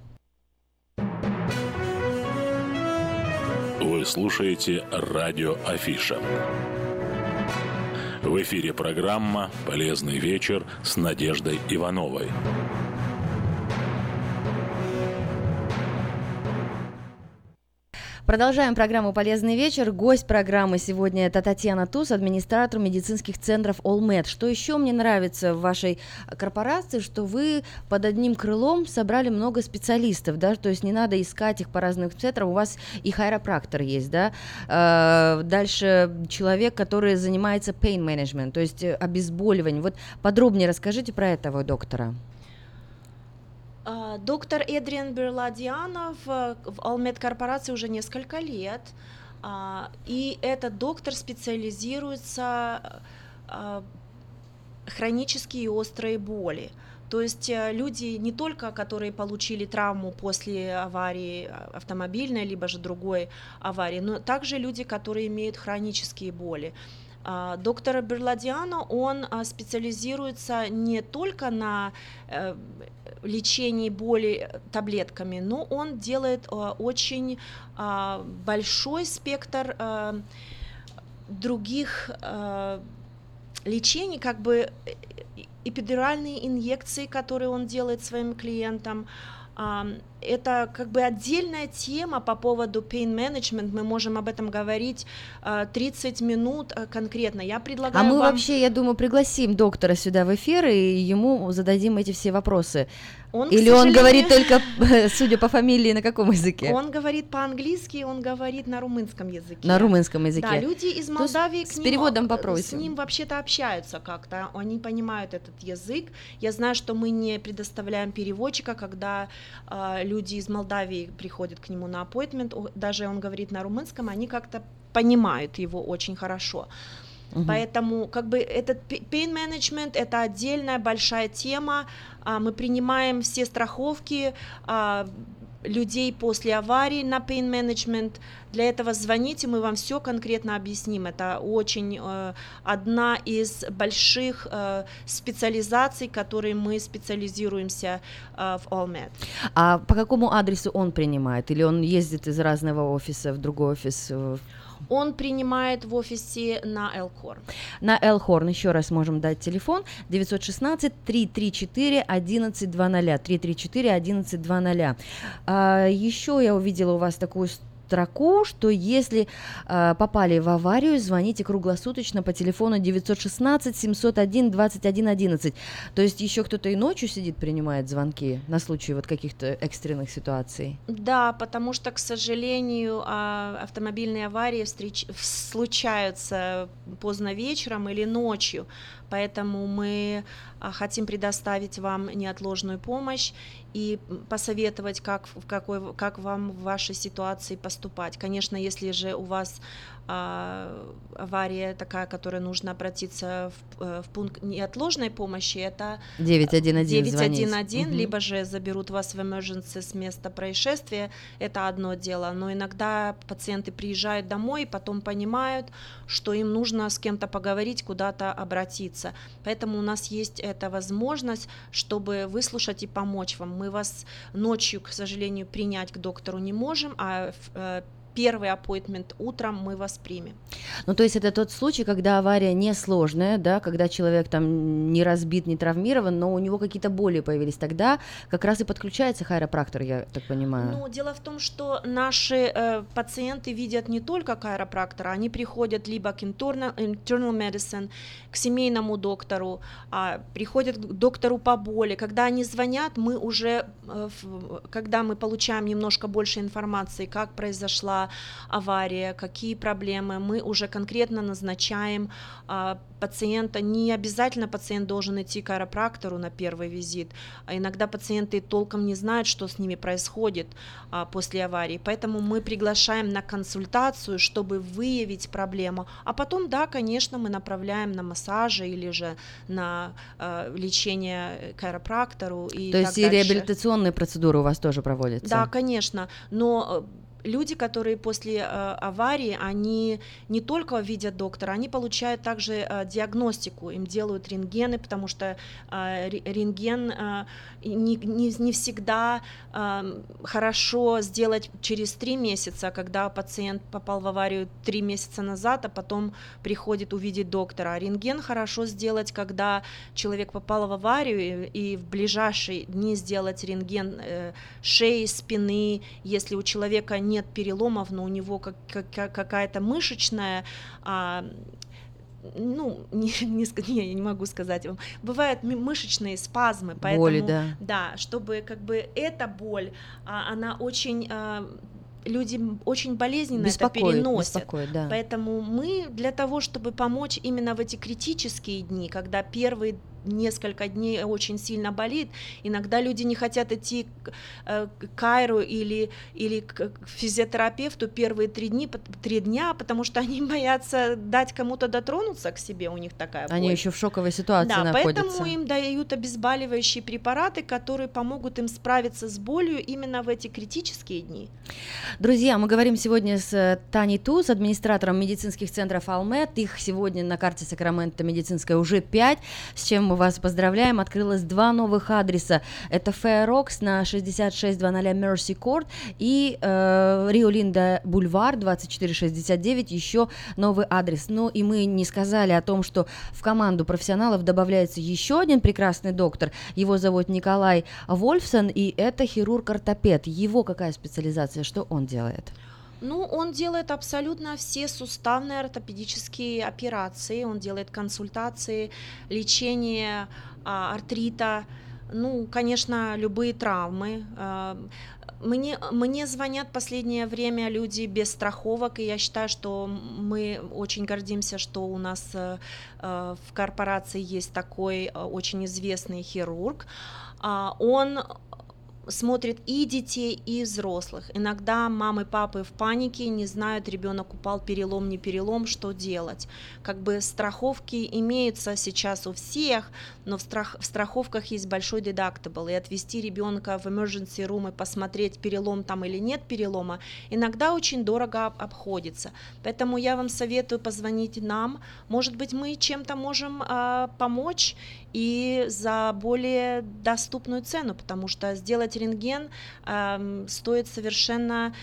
Вы слушаете радио Афиша. В эфире программа «Полезный вечер» с Надеждой Ивановой. Продолжаем программу «Полезный вечер». Гость программы сегодня — это Татьяна Туз, администратор медицинских центров All-Med. Что еще мне нравится в вашей корпорации, что вы под одним крылом собрали много специалистов, да, то есть не надо искать их по разным центрам, у вас и хайропрактор есть, да, дальше человек, который занимается pain management, то есть обезболиванием. Вот подробнее расскажите про этого доктора. Доктор Эдриан Берладианов в All-Med корпорации уже несколько лет, и этот доктор специализируется в хронические и острые боли. То есть люди не только, которые получили травму после аварии автомобильной, либо же другой аварии, но также люди, которые имеют хронические боли. Доктор Берладиано, он специализируется не только на лечении боли таблетками, но он делает очень большой спектр других лечений, как бы эпидуральные инъекции, которые он делает своим клиентам. Это как бы отдельная тема по поводу pain management, мы можем об этом говорить тридцать минут конкретно. Я предлагаю А мы вам... вообще, я думаю, пригласим доктора сюда в эфир и ему зададим эти все вопросы. Он, Или сожалению... он говорит только, судя по фамилии, на каком языке? Он говорит по-английски, он говорит на румынском языке. На румынском языке. Да, люди из Молдавии с к ним, переводом попросим. С ним вообще-то общаются как-то, они понимают этот язык. Я знаю, что мы не предоставляем переводчика, когда э, люди из Молдавии приходят к нему на appointment, даже он говорит на румынском, они как-то понимают его очень хорошо. Uh-huh. Поэтому как бы этот pain management — это отдельная большая тема. Мы принимаем все страховки людей после аварии на pain management. Для этого звоните, мы вам все конкретно объясним. Это очень э, одна из больших э, специализаций, которые мы специализируемся э, в All-Med. А по какому адресу он принимает? Или он ездит из разного офиса в другой офис? Он принимает в офисе на Элхорн. На Элхорн, еще раз можем дать телефон, девять один шесть три три четыре одиннадцать двадцать, три три четыре одиннадцать двадцать. А, еще я увидела у вас такую строку, что если э, попали в аварию, звоните круглосуточно по телефону девять один шесть семь ноль один двадцать один одиннадцать. То есть еще кто-то и ночью сидит, принимает звонки на случай вот каких-то экстренных ситуаций? Да, потому что, к сожалению, автомобильные аварии встреч... случаются поздно вечером или ночью, поэтому мы хотим предоставить вам неотложную помощь и посоветовать, как, в какой, как вам в вашей ситуации поступать. Конечно, если же у вас а, авария такая, которая нужно обратиться в, в пункт неотложной помощи, это девять один один, девять один один, угу. Либо же заберут вас в emergency с места происшествия, это одно дело, но иногда пациенты приезжают домой и потом понимают, что им нужно с кем-то поговорить, куда-то обратиться, поэтому у нас есть эта возможность, чтобы выслушать и помочь вам. Мы вас ночью, к сожалению, принять к доктору не можем, а первый аппоинтмент утром мы вас примем. Ну, то есть это тот случай, когда авария несложная, да, когда человек там не разбит, не травмирован, но у него какие-то боли появились, тогда как раз и подключается хайропрактор, я так понимаю. Ну, дело в том, что наши э, пациенты видят не только хайропрактора, они приходят либо к internal, internal medicine, к семейному доктору, а, приходят к доктору по боли. Когда они звонят, мы уже, э, в, когда мы получаем немножко больше информации, как произошла авария, какие проблемы, мы уже конкретно назначаем а, пациента. Не обязательно пациент должен идти к хайропрактору на первый визит, а иногда пациенты толком не знают, что с ними происходит а, после аварии, поэтому мы приглашаем на консультацию, чтобы выявить проблему, а потом, да, конечно, мы направляем на массажи или же на а, лечение к хайропрактору и То так есть и дальше. реабилитационные процедуры у вас тоже проводятся? Да, конечно, но люди, которые после э, аварии, они не только видят доктора, они получают также э, диагностику, им делают рентгены, потому что э, рентген э, не, не, не всегда э, хорошо сделать через три месяца, когда пациент попал в аварию три месяца назад, а потом приходит увидеть доктора. А рентген хорошо сделать, когда человек попал в аварию, и, и в ближайшие дни сделать рентген э, шеи, спины, если у человека нет переломов, но у него как, как, какая-то мышечная, а, ну, не, не, не, я не могу сказать вам, бывают мышечные спазмы, поэтому, боли, да. да, чтобы как бы эта боль, а, она очень... А, люди очень болезненно беспокоит, это переносят, беспокоит, да. Поэтому мы для того, чтобы помочь именно в эти критические дни, когда первые несколько дней очень сильно болит, иногда люди не хотят идти к, к кайру или, или к физиотерапевту первые три, дни, три дня, потому что они боятся дать кому-то дотронуться к себе, у них такая боль. Они еще в шоковой ситуации да, находятся. Поэтому им дают обезболивающие препараты, которые помогут им справиться с болью именно в эти критические дни. Друзья, мы говорим сегодня с Таней Туз, администратором медицинских центров Алмет. Их сегодня на карте Сакраменто медицинская уже пять, с чем мы вас поздравляем. Открылось два новых адреса. Это Fair Oaks на шестьдесят шесть двадцать Mercy Court и э, Рио Линда Бульвар двадцать четыре шестьдесят девять, еще новый адрес. Ну и мы не сказали о том, что в команду профессионалов добавляется еще один прекрасный доктор. Его зовут Николай Вольфсон, и это хирург-ортопед. Его какая специализация? Что он делает? Ну, он делает абсолютно все суставные ортопедические операции, он делает консультации, лечение а, артрита, ну, конечно, любые травмы. А, мне, мне звонят в последнее время люди без страховок, и я считаю, что мы очень гордимся, что у нас а, а, в корпорации есть такой а, очень известный хирург. А, он смотрит и детей, и взрослых. Иногда мамы, папы в панике, не знают, ребенок упал, перелом, не перелом, что делать. Как бы страховки имеются сейчас у всех, но в, страх, в страховках есть большой deductible, и отвезти ребенка в emergency room и посмотреть, перелом там или нет перелома, иногда очень дорого об, обходится. Поэтому я вам советую позвонить нам, может быть, мы чем-то можем э, помочь, и за более доступную цену, потому что сделать рентген э, стоит совершенно,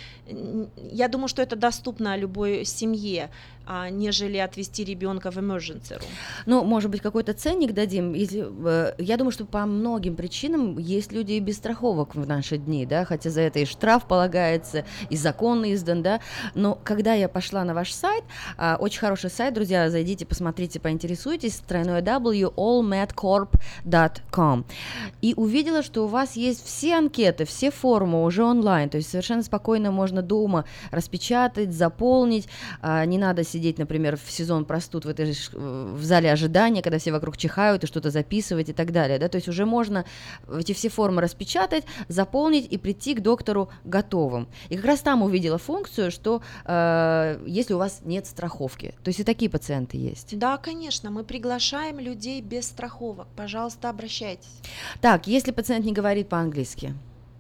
я думаю, что это доступно любой семье, а, нежели отвезти ребенка в emergency room. Ну, может быть, какой-то ценник дадим. Если, э, я думаю, что по многим причинам есть люди и без страховок в наши дни, да, хотя за это и штраф полагается, и закон издан, да. Но когда я пошла на ваш сайт, э, очень хороший сайт, друзья, зайдите, посмотрите, поинтересуйтесь, тройное дабл ю all med corp dot com, и увидела, что у вас есть все анкеты, все формы уже онлайн, то есть совершенно спокойно можно дома распечатать, заполнить, э, не надо сидеть сидеть, например, в сезон простуд в, этой, в зале ожидания, когда все вокруг чихают и что-то записывать и так далее, да, то есть уже можно эти все формы распечатать, заполнить и прийти к доктору готовым. И как раз там увидела функцию, что э, если у вас нет страховки, то есть и такие пациенты есть. Да, конечно, мы приглашаем людей без страховок, пожалуйста, обращайтесь. Так, если пациент не говорит по-английски?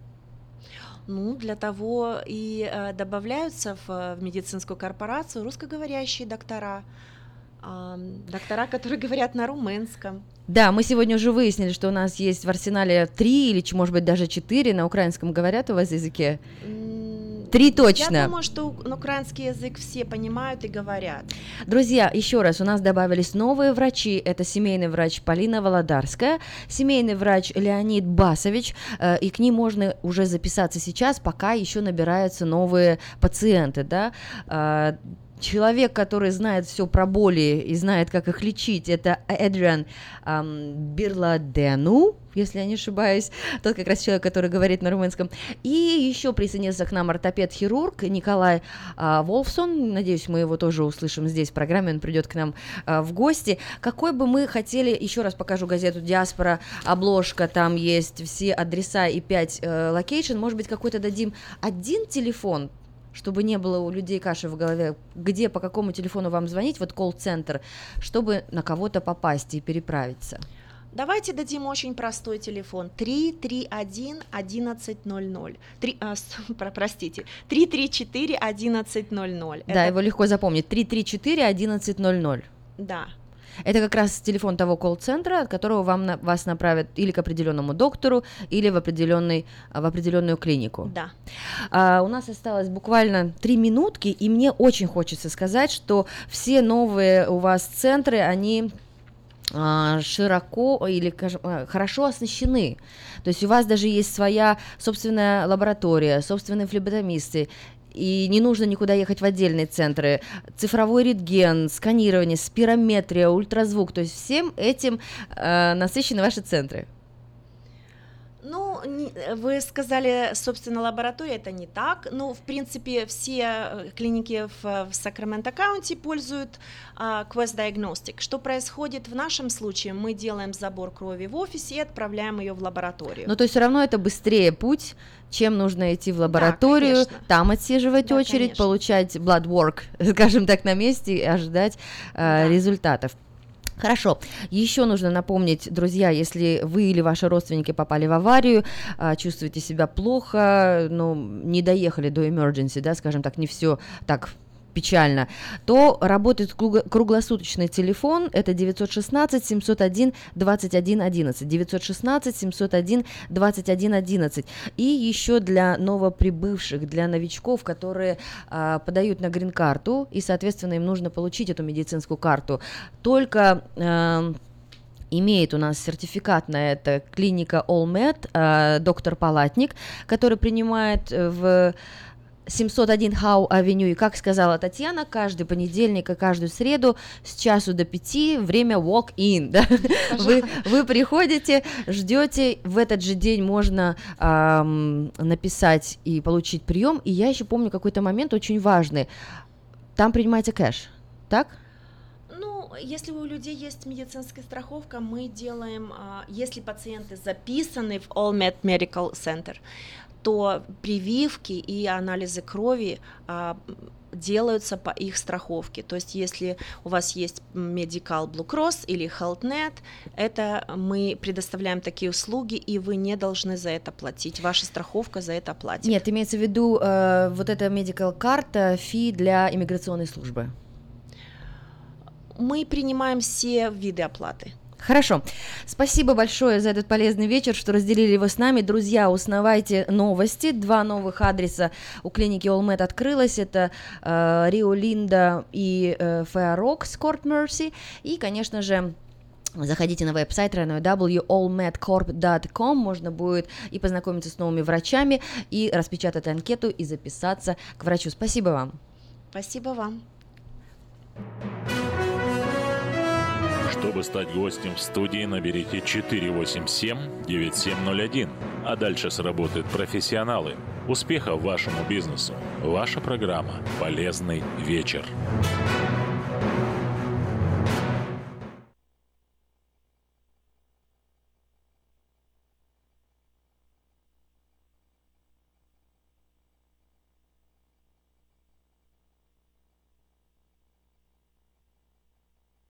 Ну, для того и э, добавляются в, в медицинскую корпорацию русскоговорящие доктора, э, доктора, которые говорят на румынском. Да, мы сегодня уже выяснили, что у нас есть в арсенале три или, может быть, даже четыре на украинском говорят у вас языке? Три точно. Я думаю, что украинский язык все понимают и говорят. Друзья, еще раз, у нас добавились новые врачи. Это семейный врач Полина Володарская, семейный врач Леонид Басович, э, и к ним можно уже записаться сейчас, пока еще набираются новые пациенты, да. Э, Человек, который знает все про боли и знает, как их лечить, это Эдриан эм, Бирладену, если я не ошибаюсь, тот как раз человек, который говорит на румынском. И еще присоединился к нам ортопед-хирург Николай э, Волфсон. Надеюсь, мы его тоже услышим здесь в программе, он придет к нам э, в гости. Какой бы мы хотели, еще раз покажу газету «Диаспора», обложка, там есть все адреса и пять э, локейшн. Может быть, какой-то дадим один телефон, чтобы не было у людей каши в голове, где, по какому телефону вам звонить, вот колл-центр, чтобы на кого-то попасть и переправиться. Давайте дадим очень простой телефон три три один одиннадцать ноль ноль. три, а, простите, три три четыре одиннадцать ноль ноль. Да, Это... его легко запомнить. три три четыре одиннадцать ноль ноль. Да. Это как раз телефон того колл-центра, от которого вам, на, вас направят или к определенному доктору, или в, определенный, в определенную клинику. Да. А, у нас осталось буквально три минутки, и мне очень хочется сказать, что все новые у вас центры, они а, широко или скажем, хорошо оснащены. То есть у вас даже есть своя собственная лаборатория, собственные флеботомисты, и не нужно никуда ехать в отдельные центры. Цифровой рентген, сканирование, спирометрия, ультразвук. То есть всем этим э, насыщены ваши центры. Ну, вы сказали, собственно, лаборатория, это не так. Ну, в принципе, все клиники в, в Сакраменто-Каунти пользуют uh, Quest Diagnostic. Что происходит в нашем случае? Мы делаем забор крови в офисе и отправляем ее в лабораторию. Ну, то есть все равно это быстрее путь, чем нужно идти в лабораторию, да, там отсиживать да, очередь, конечно. Получать blood work, скажем так, на месте и ожидать uh, да. результатов. Хорошо. Еще нужно напомнить, друзья, если вы или ваши родственники попали в аварию, чувствуете себя плохо, ну, не доехали до emergency, да, скажем так, не все так печально, то работает круглосуточный телефон, это девятьсот шестнадцать семьсот один двадцать один одиннадцать, девятьсот шестнадцать семьсот один двадцать один одиннадцать. И еще для новоприбывших, для новичков, которые а, подают на грин-карту, и, соответственно, им нужно получить эту медицинскую карту, только... А, имеет у нас сертификат на это клиника Allmed, а, доктор Палатник, который принимает в семьсот один Хау-авеню, и, как сказала Татьяна, каждый понедельник и каждую среду с часу до пяти время walk-in, да? вы, вы приходите, ждете, в этот же день можно эм, написать и получить прием, и я еще помню какой-то момент очень важный, там принимается кэш, так? Если у людей есть медицинская страховка, мы делаем, если пациенты записаны в Allmed Medical Center, то прививки и анализы крови а, делаются по их страховке. То есть если у вас есть Medical Blue Cross или HealthNet, это мы предоставляем такие услуги, и вы не должны за это платить. Ваша страховка за это платит. Нет, имеется в виду э, вот эта Medical карта, фи для иммиграционной службы. Мы принимаем все виды оплаты. Хорошо. Спасибо большое за этот полезный вечер, что разделили его с нами. Друзья, узнавайте новости. Два новых адреса у клиники Allmed открылось. Это э, Рио Линда и э, Феарокс, Корт Мерси. И, конечно же, заходите на веб-сайт дабл ю дабл ю дабл ю точка олмедкорп точка ком. Можно будет и познакомиться с новыми врачами, и распечатать анкету, и записаться к врачу. Спасибо вам. Спасибо вам. Чтобы стать гостем в студии, наберите четыре восемь семь девять семь ноль один, а дальше сработают профессионалы. Успехов вашему бизнесу! Ваша программа «Полезный вечер».